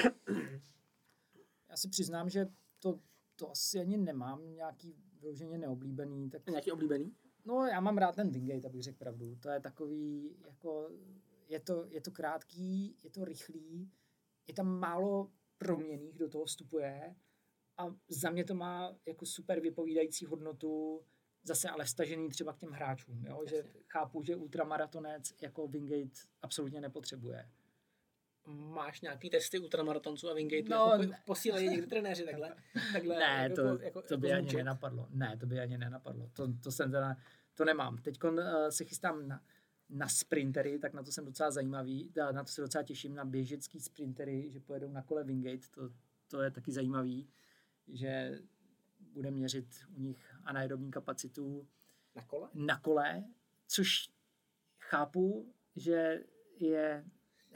Já si přiznám, že to, to asi ani nemám nějaký vyloženě neoblíbený. Tak... Nějaký oblíbený? No, já mám rád ten Wingate, abych řekl pravdu. To je takový, jako, je to, je to krátký, je to rychlý, je tam málo proměnných, do toho vstupuje a za mě to má jako super vypovídající hodnotu, zase ale vstažený třeba k těm hráčům, jo? Že chápu, že ultramaratonec jako Wingate absolutně nepotřebuje. Máš nějaký testy ultramaratonců a Wingate? No, jako posílají někdy trenéři takhle? takhle ne, jako, to, jako, to by jako ani nenapadlo. Ne, to by ani nenapadlo. To, to jsem teda, to nemám. Teď uh, se chystám na, na sprintery, tak na to jsem docela zajímavý, na to se docela těším, na běžecký sprintery, že pojedou na kole Wingate, to, to je taky zajímavý, že bude měřit u nich anaerobní kapacitu na kole? Na kole, což chápu, že je...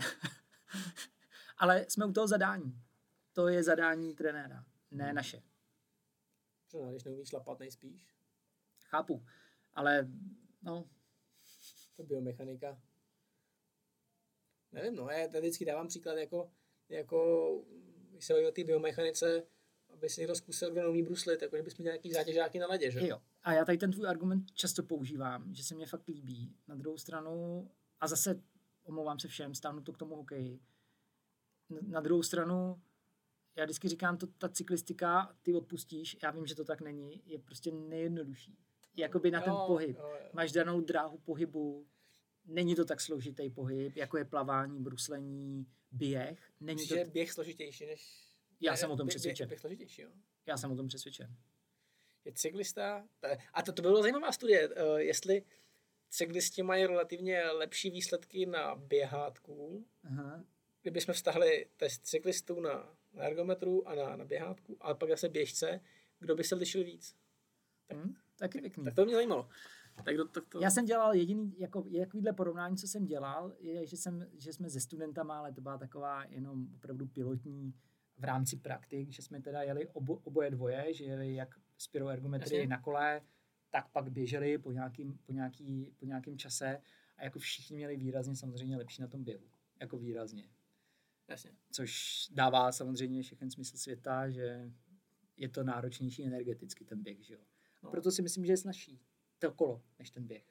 Ale jsme u toho zadání. To je zadání trenéra, ne naše. Třeba, když neumíš šlapat nejspíš? Chápu, ale no... To biomechanika. Nevím, no, já tady vždycky dávám příklad jako, jako když se baví o té biomechanice, aby si někdo zkusil, kdo neumí bruslit, jako že bys měl nějaký zátěžáky na ledě, že? Jo. A já tady ten tvůj argument často používám, že se mně fakt líbí. Na druhou stranu, a zase omlouvám se všem, stáhnu to k tomu hokeji. Na druhou stranu, já vždycky říkám, to, ta cyklistika, ty odpustíš, já vím, že to tak není, je prostě nejjednodušší. Jakoby na ten jo, pohyb. Jo, jo. Máš danou dráhu pohybu, není to tak složitý pohyb, jako je plavání, bruslení, běh. Není Myslím, to... že běh složitější než... Já jsem o tom přesvědčen. Běh složitější, jo. Já jsem o tom přesvědčen. Je cyklista... A to, to bylo zajímavá studie, jestli cyklisti mají relativně lepší výsledky na běhátku. Aha. Kdybychom vztahli test cyklistů na, na ergometru a na, na běhátku, ale pak zase běžce, kdo by se lišil víc. Tak, hmm, taky pěkný. Tak to mě zajímalo. Tak to, to, to... Já jsem dělal jediný, jako jakýhle porovnání, co jsem dělal, je, že, jsem, že jsme se studentama, ale to byla taková jenom opravdu pilotní v rámci praktik, že jsme teda jeli obo, oboje dvoje, že jeli jak spiroergometrii na kole, tak pak běželi po nějakým, po nějaký, po nějakým čase a jako všichni měli výrazně samozřejmě lepší na tom běhu. Jako výrazně. Jasně. Což dává samozřejmě všechen smysl světa, že je to náročnější energeticky ten běh, že jo. No. Proto si myslím, že je snazší to kolo, než ten běh.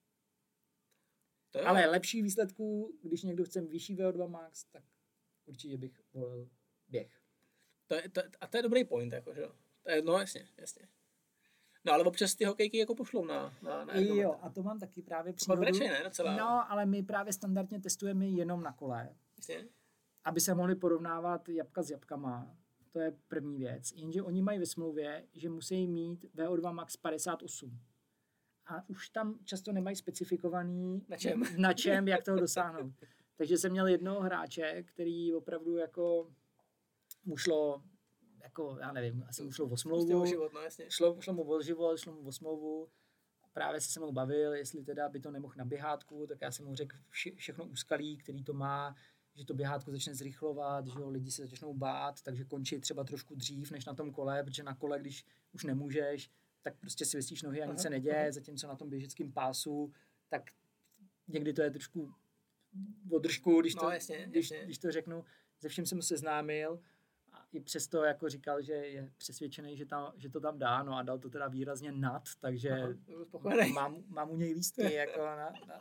To je... Ale lepší výsledků, když někdo chce vyšší V O dva max, tak určitě bych volil běh. To je, to, a to je dobrý point, jako, že jo. To je, no jasně, jasně. No ale občas ty hokejky jako pošlou na, na, na Jo, a to mám taky právě příhodu. Radši, ne, docela. No, ale my právě standardně testujeme jenom na kole. Jasně. Aby se mohli porovnávat jabka s jabkama. To je první věc. Jenže oni mají ve smlouvě, že musí mít V O dva max padesát osm. A už tam často nemají specifikovaný, na čem, na čem jak toho dosáhnout. Takže jsem měl jednoho hráče, který opravdu jako mu šlo, jako já nevím, asi mu šlo o smlouvu. O život, no jasně. Šlo, šlo mu o život, šlo mu o smlouvu. Právě se se mnou bavil, jestli teda by to nemohl na běhátku, tak já jsem mu řekl vše, všechno úskalí, který to má, že to běhátko začne zrychlovat, že jo, lidi se začnou bát, takže končí třeba trošku dřív než na tom kole, protože na kole, když už nemůžeš, tak prostě si vystíš nohy a nic se neděje, zatímco na tom běžeckém pásu, tak někdy to je trošku o držku, když to, no, jasně, když, jasně. když to řeknu. Se vším jsem mu seznámil a i přesto jako říkal, že je přesvědčený, že, tam, že to tam dá, no a dal to teda výrazně nad, takže Aha, mám, mám u něj lístky, jako na, na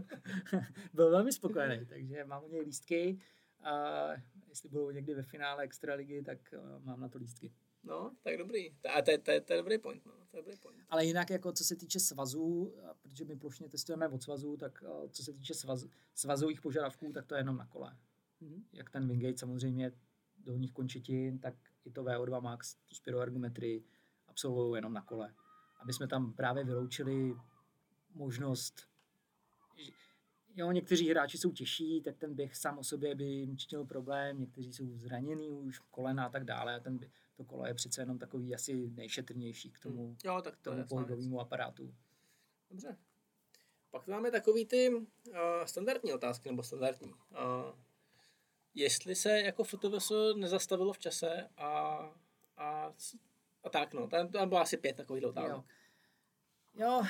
byl velmi spokojený, takže mám u něj lístky a jestli budou někdy ve finále extraligy, tak uh, mám na to lístky. No, tak dobrý. A to je, to je, to je dobrý point, no. To je dobrý point. Ale jinak, jako co se týče svazů, protože my plošně testujeme od svazů, tak co se týče svaz, svazových požadavků, tak to je jenom na kole. Mm-hmm. Jak ten Wingate samozřejmě dolních končetin, tak i to V O dva max, tu spiroergometrii absolvují jenom na kole. Aby jsme tam právě vyloučili možnost, že, jo, někteří hráči jsou těžší, tak ten běh sám o sobě by jim činil problém, někteří jsou zranění už, kolena a tak dále, a ten běh, to kolo je přece jenom takový asi nejšetrnější k tomu, jo, tak to tomu pohybovému aparátu. Dobře. Pak máme takový ty uh, standardní otázky, nebo standardní. Uh, jestli se jako F T V S nezastavilo v čase a, a, a tak no, tam, tam bylo asi pět takových otázek. Jo. jo,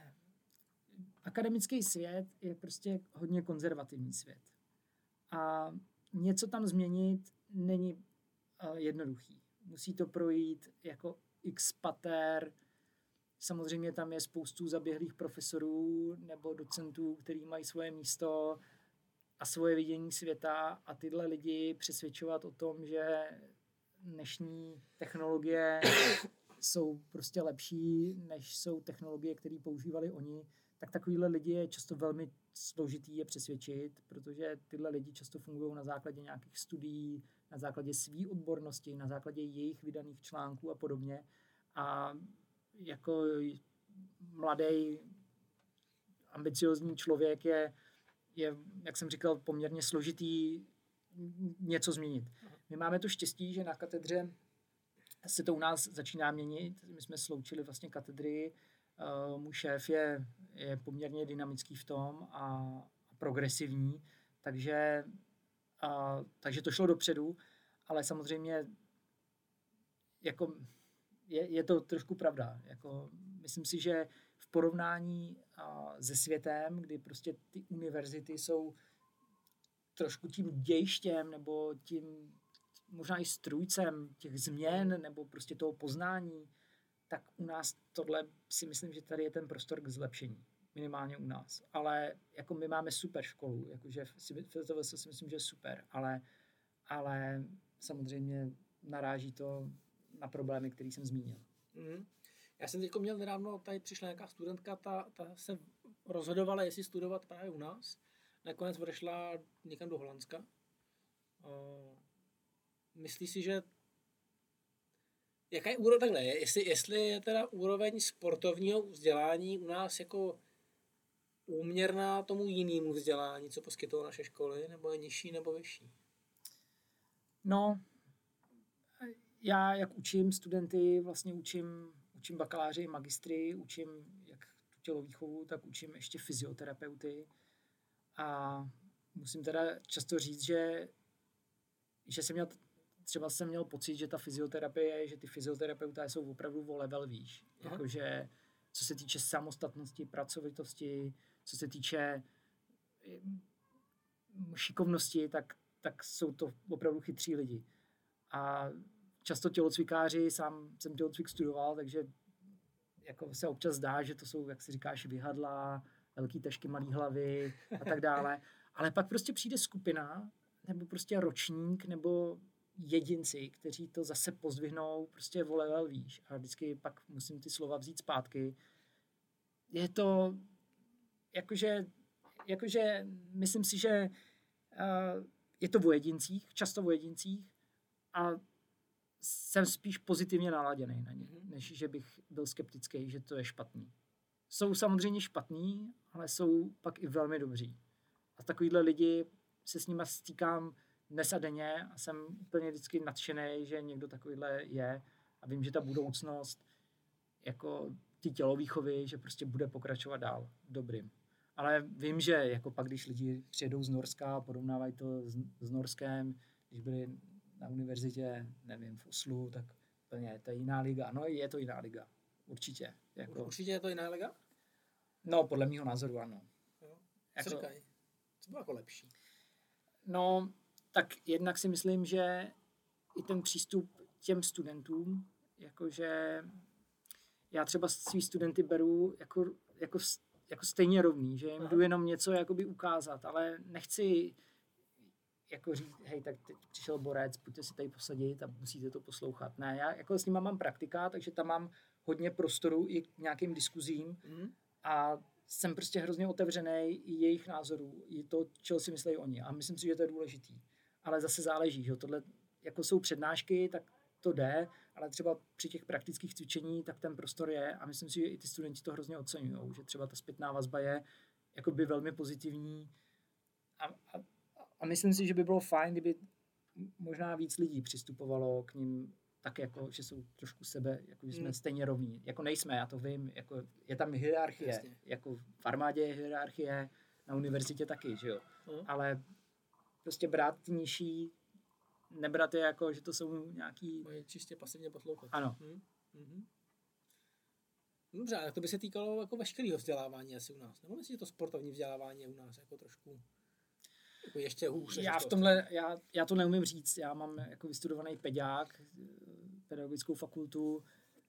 akademický svět je prostě hodně konzervativní svět. A něco tam změnit není uh, jednoduchý. Musí to projít jako x pater. Samozřejmě tam je spoustu zaběhlých profesorů nebo docentů, kteří mají svoje místo a svoje vidění světa a tyhle lidi přesvědčovat o tom, že dnešní technologie jsou prostě lepší, než jsou technologie, které používali oni, tak takovýhle lidi je často velmi složitý je přesvědčit, protože tyhle lidi často fungují na základě nějakých studií, na základě své odbornosti, na základě jejich vydaných článků a podobně. A jako mladý, ambiciozní člověk je, je, jak jsem říkal, poměrně složitý něco změnit. My máme to štěstí, že na katedře se to u nás začíná měnit. My jsme sloučili vlastně katedry. Uh, můj šéf je, je poměrně dynamický v tom a, a progresivní, takže, uh, takže to šlo dopředu, ale samozřejmě jako je, je to trošku pravda. Jako, myslím si, že v porovnání uh, se světem, kdy prostě ty univerzity jsou trošku tím dějištěm nebo tím možná i strůjcem těch změn nebo prostě toho poznání, tak u nás tohle si myslím, že tady je ten prostor k zlepšení. Minimálně u nás. Ale jako my máme super školu, jakože to si myslím, že je super, ale, ale samozřejmě naráží to na problémy, které jsem zmínil. Mm. Já jsem teď měl nedávno, tady přišla nějaká studentka, ta, ta se rozhodovala, jestli studovat právě u nás. Nakonec odešla někam do Holandska. Uh, myslí si, že jaká je úroveň takhle? Jestli, jestli je teda úroveň sportovního vzdělání u nás jako úměrná tomu jinému vzdělání, co poskytují naše školy, nebo je nižší nebo vyšší? No, já jak učím studenty, vlastně učím, učím bakaláře i magistry, učím jak tu tělovýchovu, tak učím ještě fyzioterapeuty. A musím teda často říct, že, že jsem měl, třeba jsem měl pocit, že ta fyzioterapie, že ty fyzioterapeuté jsou opravdu o level výš. Jakože co se týče samostatnosti, pracovitosti, co se týče šikovnosti, tak, tak jsou to opravdu chytří lidi. A často tělocvikáři, sám jsem tělocvik studoval, takže jako se občas zdá, že to jsou, jak si říkáš, vyhadlá, velký tašky, malý hlavy a tak dále. Ale pak prostě přijde skupina, nebo prostě ročník, nebo jedinci, kteří to zase pozdvihnou prostě o level výš. A vždycky pak musím ty slova vzít zpátky. Je to, jakože, jakože myslím si, že uh, je to o jedincích, často o jedincích a jsem spíš pozitivně naladěný na ně, mm-hmm. než že bych byl skeptický, že to je špatný. Jsou samozřejmě špatný, ale jsou pak i velmi dobří. A takovýhle lidi se s nima stýkám dnes a denně a jsem úplně vždycky nadšený, že někdo takovýhle je a vím, že ta budoucnost jako ty tělovýchovy, že prostě bude pokračovat dál dobrým. Ale vím, že jako pak, když lidi přijedou z Norska a porovnávají to s, s Norskem, když byli na univerzitě, nevím, v Oslu, tak úplně to je jiná liga. No je to jiná liga, určitě. Jako, určitě je to jiná liga? No, podle mýho názoru ano. Jo. Co jako, říkají? Co bylo jako lepší? No, tak jednak si myslím, že i ten přístup těm studentům, jakože já třeba svý studenty beru jako, jako, jako stejně rovný, že jim Aha. jdu jenom něco jakoby ukázat, ale nechci jako říct, hej, tak teď přišel borec, pojďte si tady posadit a musíte to poslouchat. Ne, já jako s nima mám praktika, takže tam mám hodně prostoru i k nějakým diskuzím mm. a jsem prostě hrozně otevřený i jejich názorů, i to, čeho si myslí oni. A myslím si, že to je důležitý. Ale zase záleží, že tohle jako jsou přednášky, tak to jde, ale třeba při těch praktických cvičení, tak ten prostor je a myslím si, že i ty studenti to hrozně oceňují, že třeba ta zpětná vazba je jakoby velmi pozitivní a, a, a myslím si, že by bylo fajn, kdyby možná víc lidí přistupovalo k ním tak jako, že jsou trošku sebe, jako že jsme hmm. stejně rovní. Jako nejsme, já to vím, jako je tam hierarchie, Jasně. jako v armádě je hierarchie, na univerzitě taky, že jo. Hmm. Ale prostě brát ty nižší, nebrat je jako, že to jsou nějaký... Mají čistě pasivně poslouchat. Ano. Hmm. Hmm. Dobře, ale to by se týkalo jako veškerého vzdělávání asi u nás. Nebo myslím, že to sportovní vzdělávání je u nás jako trošku jako ještě hůř. Já v tomhle, já, já to neumím říct, já mám jako vystudovaný peďák, pedagogickou fakultu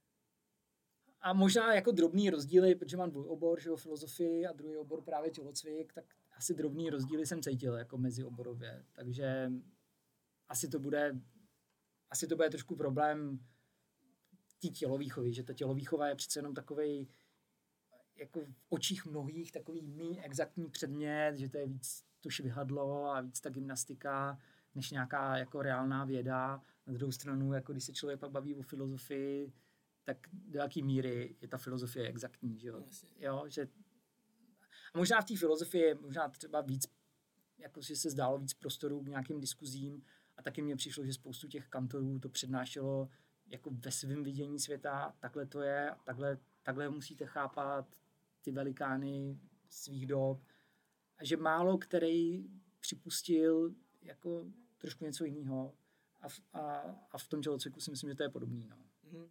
a možná jako drobný rozdíly, protože mám dvoj obor, že jo, filozofii a druhý obor právě tělocvik, tak asi drobný rozdíly jsem cítil jako mezi oborově, takže asi to bude, asi to bude trošku problém té tělovýchovy, že ta tělovýchova je přece jenom takovej jako v očích mnohých takový méně exaktní předmět, že to je víc to švihadlo a víc ta gymnastika, než nějaká jako reálná věda. Na druhou stranu, jako když se člověk pak baví o filozofii, tak do jaký míry je ta filozofie exaktní, že jo? jo že... A možná v té filozofii možná třeba víc, jako že se zdálo víc prostoru k nějakým diskuzím a taky mně přišlo, že spoustu těch kantorů to přednášelo jako ve svém vidění světa, takhle to je, a takhle, takhle musíte chápat ty velikány svých dob. A že málo který připustil jako trošku něco jiného. A v, a, a v tom tělocviku si myslím, že to je podobný. No, mm-hmm.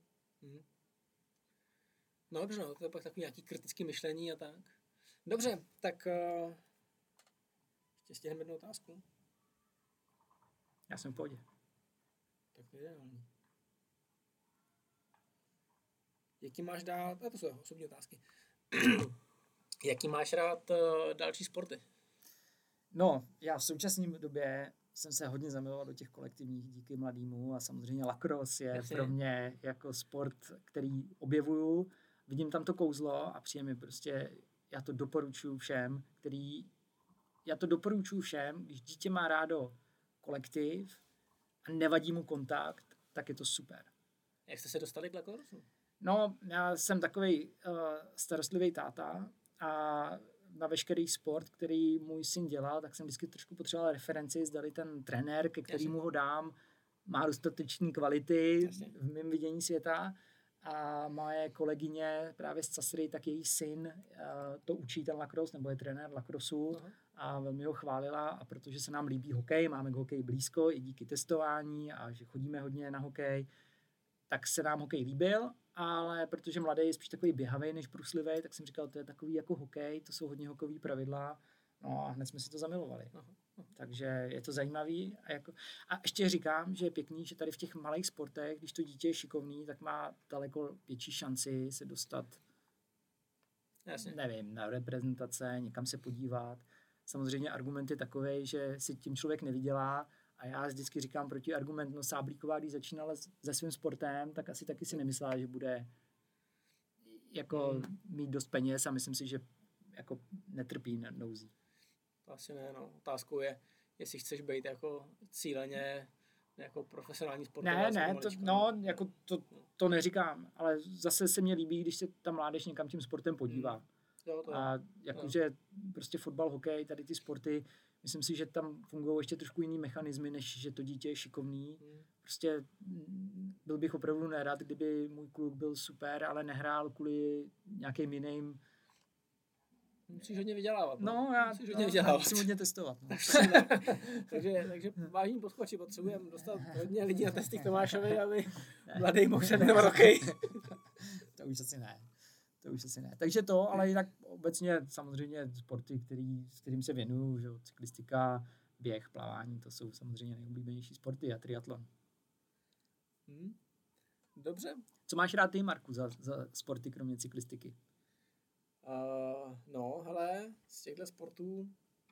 no dobře, no, to je pak takový nějaký kritický myšlení a tak. Dobře, tak uh, ještě stihneme jednu otázku. Já jsem v pohodě. Tak to je ideální. Jaký máš dát, a to jsou osobní otázky. Jaký máš rád uh, další sporty? No, já v současné době jsem se hodně zamiloval do těch kolektivních díky mladýmu a samozřejmě lacrosse je Jasně. pro mě jako sport, který objevuju. Vidím tam to kouzlo a přijde mi prostě, já to doporučuji všem, který, já to doporučuji všem, když dítě má rádo kolektiv a nevadí mu kontakt, tak je to super. Jak jste se dostali k lacrosse? No, já jsem takovej uh, starostlivý táta a na veškerý sport, který můj syn dělal, tak jsem vždycky trošku potřeboval referenci, zdali ten trenér, ke kterému ho dám, má dostatečné kvality Jasně. v mém vidění světa. A moje kolegyně právě z Casry, tak její syn uh, to učí ten lacrosse, nebo je trenér lacrossu uh-huh. a velmi ho chválila. A protože se nám líbí hokej, máme k hokeji blízko i díky testování a že chodíme hodně na hokej, tak se nám hokej líbil, ale protože mladý je spíš takový běhavý než bruslivý, tak jsem říkal, to je takový jako hokej, to jsou hodně hokejové pravidla, No a hned jsme si to zamilovali. Aha, aha. Takže je to zajímavý. A, jako, a ještě říkám, že je pěkný, že tady v těch malých sportech, když to dítě je šikovný, tak má daleko větší šanci se dostat, Jasně. nevím, na reprezentace, někam se podívat. Samozřejmě argument je takový, že si tím člověk nevydělá a já vždycky říkám proti argument, no Sáblíková, když začínala se svým sportem, tak asi taky si nemyslela, že bude jako Hmm. mít dost peněz a myslím si, že jako netrpí nouzí. To asi ne, no. Otázkou je, jestli chceš být jako cíleně jako profesionální sportovec. Ne, ne, nebo to, malička, no, jako to, to neříkám, ale zase se mně líbí, když se ta mládež někam tím sportem podívá. Jo, to je. A jakože prostě fotbal, hokej, tady ty sporty, myslím si, že tam fungují ještě trošku jiný mechanismy, než že to dítě je šikovný. Hmm. Prostě mm, byl bych opravdu nerad, kdyby můj kluk byl super, ale nehrál kvůli nějakým jiným. Musíš hodně vydělávat. No, já Musíš hodně no, vydělávat. musím hodně testovat. No. takže, takže vážení posluchači, potřebujeme dostat hodně lidí na testy k Tomášovi, aby mladý mohl se věnovat hokej. To už asi ne. To už asi ne. Takže to, ale jinak obecně samozřejmě sporty, který, s kterým se věnuju, že jo, cyklistika, běh, plavání, to jsou samozřejmě nejoblíbenější sporty a triatlon. Hmm. Dobře. Co máš rád ty, Marku, za, za sporty, kromě cyklistiky? Uh, no, hele, z těchto sportů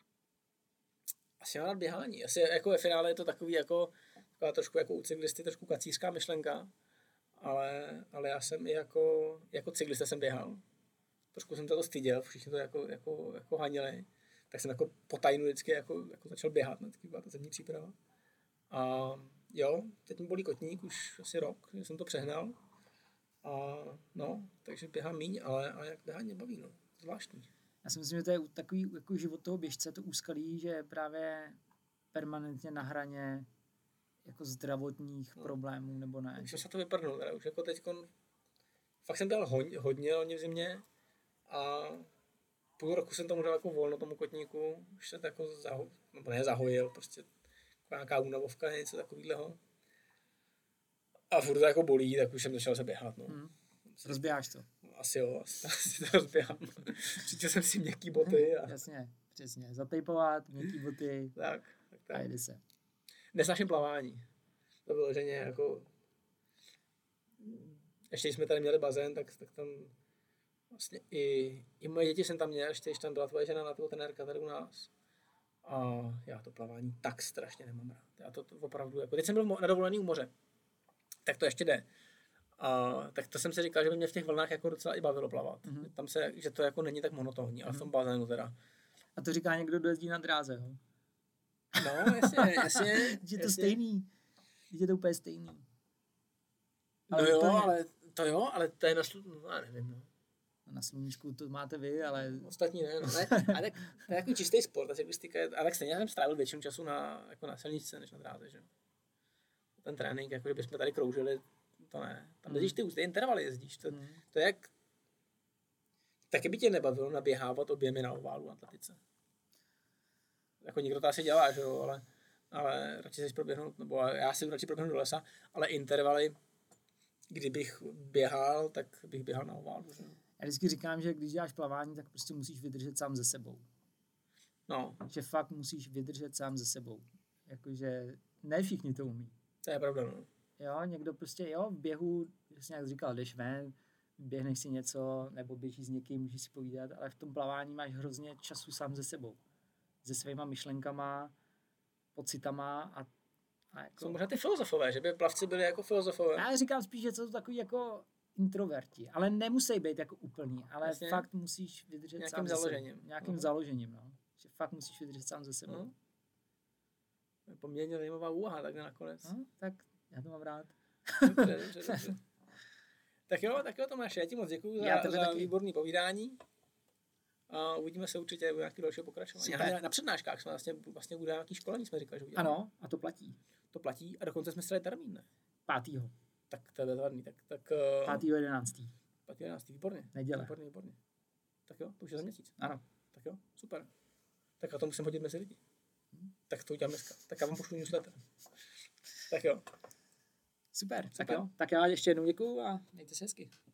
asi mám rád běhání. Asi jako ve finále je to takový jako, taková trošku jako u cyklisty, trošku kacířská myšlenka, ale, ale já jsem i jako, jako cyklista jsem běhal. Trošku jsem to styděl, všichni to jako, jako, jako hanili, tak jsem jako po tajnu vždycky jako, jako začal běhat, ne? Taky byla ta zemní příprava. A jo, teď mi bolí kotník už asi rok, že jsem to přehnal. A no, takže běhám míň, ale, ale jak běhání mě baví, no. Zvláštní. Já si myslím, že to je takový jako život toho běžce, to úskalí, že je právě permanentně na hraně jako zdravotních No. problémů, nebo ne. Už jsem se to vyprdnul, teda už jako teďkon, fakt jsem dělal hodně, hodně loni v zimě a půl roku jsem tomu dal jako volno tomu kotníku, už se to jako zaho, nebo ne zahojil, prostě nějaká únavovka, něco takového. A furt to jako bolí, tak už jsem začal se běhat, no. Hmm. Rozběháš to. Asi jo, asi, asi to rozběhám. Přičel jsem si měkký boty a Jasně, přesně. Zatejpovat, měkký boty tak. tak, a tak. jede se. Nesnáším plavání. To bylo ženě jako... Ještě když jsme tady měli bazén, tak, tak tam vlastně i, i moje děti jsem tam měl, ještě když tam byla tvoje žena na toho trenérka tady u nás. A já to plavání tak strašně nemám rád. Já to, to opravdu, jako teď jsem byl na dovolený u moře, tak to ještě jde. A tak to jsem si říkal, že by mě v těch vlnách jako docela i bavilo plavat. Mhm. Tam se, že to jako není tak monotónní, ale v tom bazénu teda. A to říká někdo, kdo jezdí na dráze, jo? No, jasně, jasně. Je to jasně. stejný. Je to úplně stejný. No Ale jo, úplně- ale to jo, ale to je na slu... no, já nevím, no. Na sluníčku to máte vy, ale Ostatní ne, no. ne. A tak to je jako čistý sport, ta cyklistika je, a tak stejně jsem strávil většinu času na, jako na silničce, než na dráze, že jo. Ten trénink, jako kdybychom tady kroužili, to ne. Tam jezdíš ty, ty intervaly jezdíš, to, Hmm. to je jak... Taky by tě nebavilo naběhávat objemy na oválu na atletice. Jako někdo to asi dělá, že jo, ale, ale radši si proběhnout, nebo já si radši proběhnu do lesa, ale intervaly, kdybych běhal, tak bych běhal na oválu, že jo. já vždycky říkám, že když děláš plavání, tak prostě musíš vydržet sám ze sebou. No, Že fakt musíš vydržet sám ze sebou. Jakože ne všichni to umí. to je pravda, no. Jo, někdo prostě, jo, v běhu, přesně jak jsi říkal, jdeš ven, běhneš si něco, nebo běžíš s někým, můžeš si povídat, ale v tom plavání máš hrozně času sám ze sebou. Se svýma myšlenkama, pocitama a, a jako... Jsou možná ty filozofové, že by plavci byli jako filozofové. Já říkám spíš, že jsou to takový jako introverti, ale nemusí být jako úplný, ale Jasně. fakt musíš vydržet Nějakým sám ze založením. sebou. Nějakým Mhm. založením, no. Že fakt musíš vydržet sám ze sebou. No. To je poměrně zajímavá úvaha takhle nakonec. No, tak já to mám rád. Dobře, dobře, dobře. Tak jo, tak jo, Tomáš, já ti moc děkuji Já za, tebe za taky. výborný povídání. A uvidíme se určitě u nějakého dalšího pokračování. Super. Na, na přednáškách jsme vlastně, vlastně bude nějaký školení, jsme říkali, že uděláme. Ano, a to platí. To platí a dokonce jsme si dali termín, ne? Pátýho. Tak to je bezvadný. Tak, tak, uh, Pátýho jedenáctý. pátý jedenáctý, výborně. Neděle. Výborně, výborně. Tak jo, to už je za měsíc. Ano. Tak jo, super. Tak já to musím hodit mezi lidi. Tak to udělám dneska. Tak já vám pošlu newsletter. Tak jo. Super, tak Super. jo. Tak já ještě jednou děkuju a mějte se hezky.